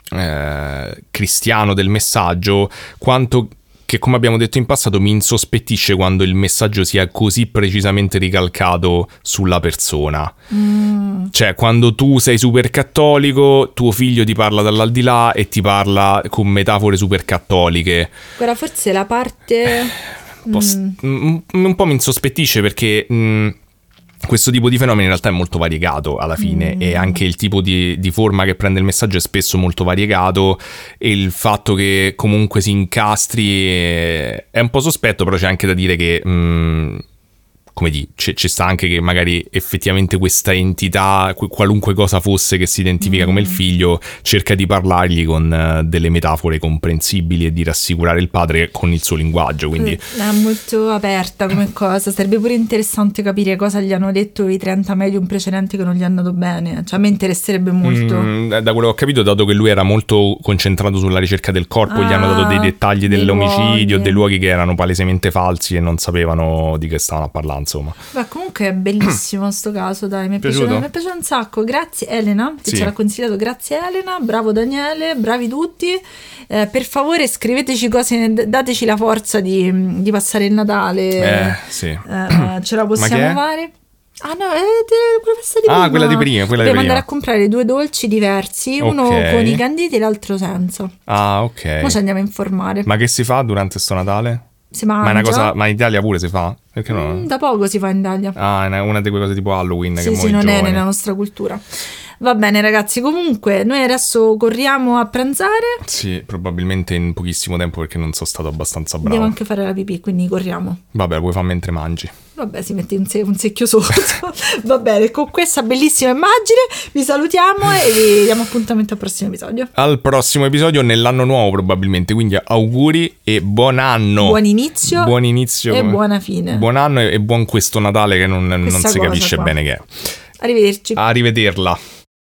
S1: eh, cristiano del messaggio quanto che, come abbiamo detto in passato, mi insospettisce quando il messaggio sia così precisamente ricalcato sulla persona. Mm. Cioè, quando tu sei super cattolico, tuo figlio ti parla dall'aldilà e ti parla con metafore super cattoliche.
S2: Guarda, forse la parte...
S1: Un po', mm. un po' mi insospettisce perché... Mm, questo tipo di fenomeno in realtà è molto variegato alla fine mm. e anche il tipo di, di forma che prende il messaggio è spesso molto variegato e il fatto che comunque si incastri è, è un po' sospetto, però c'è anche da dire che mm, come di, ci sta anche che magari effettivamente questa entità, qualunque cosa fosse che si identifica mm. come il figlio, cerca di parlargli con uh, delle metafore comprensibili e di rassicurare il padre con il suo linguaggio, quindi
S2: è molto aperta come cosa. Sarebbe pure interessante capire cosa gli hanno detto i trenta medium precedenti che non gli è andato bene, cioè a me interesserebbe molto.
S1: Mm, da quello che ho capito, dato che lui era molto concentrato sulla ricerca del corpo,
S2: ah,
S1: gli hanno dato dei dettagli dell'omicidio,
S2: luoghi.
S1: dei luoghi che erano palesemente falsi e non sapevano di che stavano a parlare. Insomma.
S2: Beh, comunque è bellissimo sto caso, dai, mi è piaciuto, piaciuto, mi è piaciuto un sacco. Grazie Elena, che sì. ce l'ha consigliato, grazie Elena, bravo Daniele, bravi tutti. Eh, per favore scriveteci cose, dateci la forza di, di passare il Natale.
S1: Eh, sì.
S2: Eh, ce la possiamo fare. Ah no, è quella di prima.
S1: Ah, quella di prima, quella
S2: Dobbiamo
S1: di prima.
S2: andare a comprare due dolci diversi, uno
S1: okay.
S2: con i canditi e l'altro senza.
S1: Ah, ok.
S2: Ora ci andiamo a informare.
S1: Ma che si fa durante sto Natale?
S2: Si mangia.
S1: Ma è una cosa, ma in Italia pure si fa? Perché no?
S2: Mm, da poco si fa in Italia.
S1: Ah, è una di quelle cose tipo Halloween
S2: sì,
S1: che
S2: sì, non
S1: giovani.
S2: è nella nostra cultura. Va bene ragazzi, comunque noi adesso corriamo a pranzare.
S1: Sì, probabilmente in pochissimo tempo perché non sono stato abbastanza bravo.
S2: Devo anche fare la pipì, quindi corriamo.
S1: Vabbè, lo puoi fare mentre mangi.
S2: Vabbè, si mette un, se- un secchio sotto. Va bene, con questa bellissima immagine vi salutiamo e vi diamo appuntamento al prossimo episodio.
S1: Al prossimo episodio nell'anno nuovo probabilmente, quindi auguri e buon anno.
S2: Buon inizio.
S1: Buon inizio.
S2: E buona fine.
S1: Buon anno e buon questo Natale che non, non si capisce
S2: qua.
S1: bene che è.
S2: Arrivederci.
S1: Arrivederla.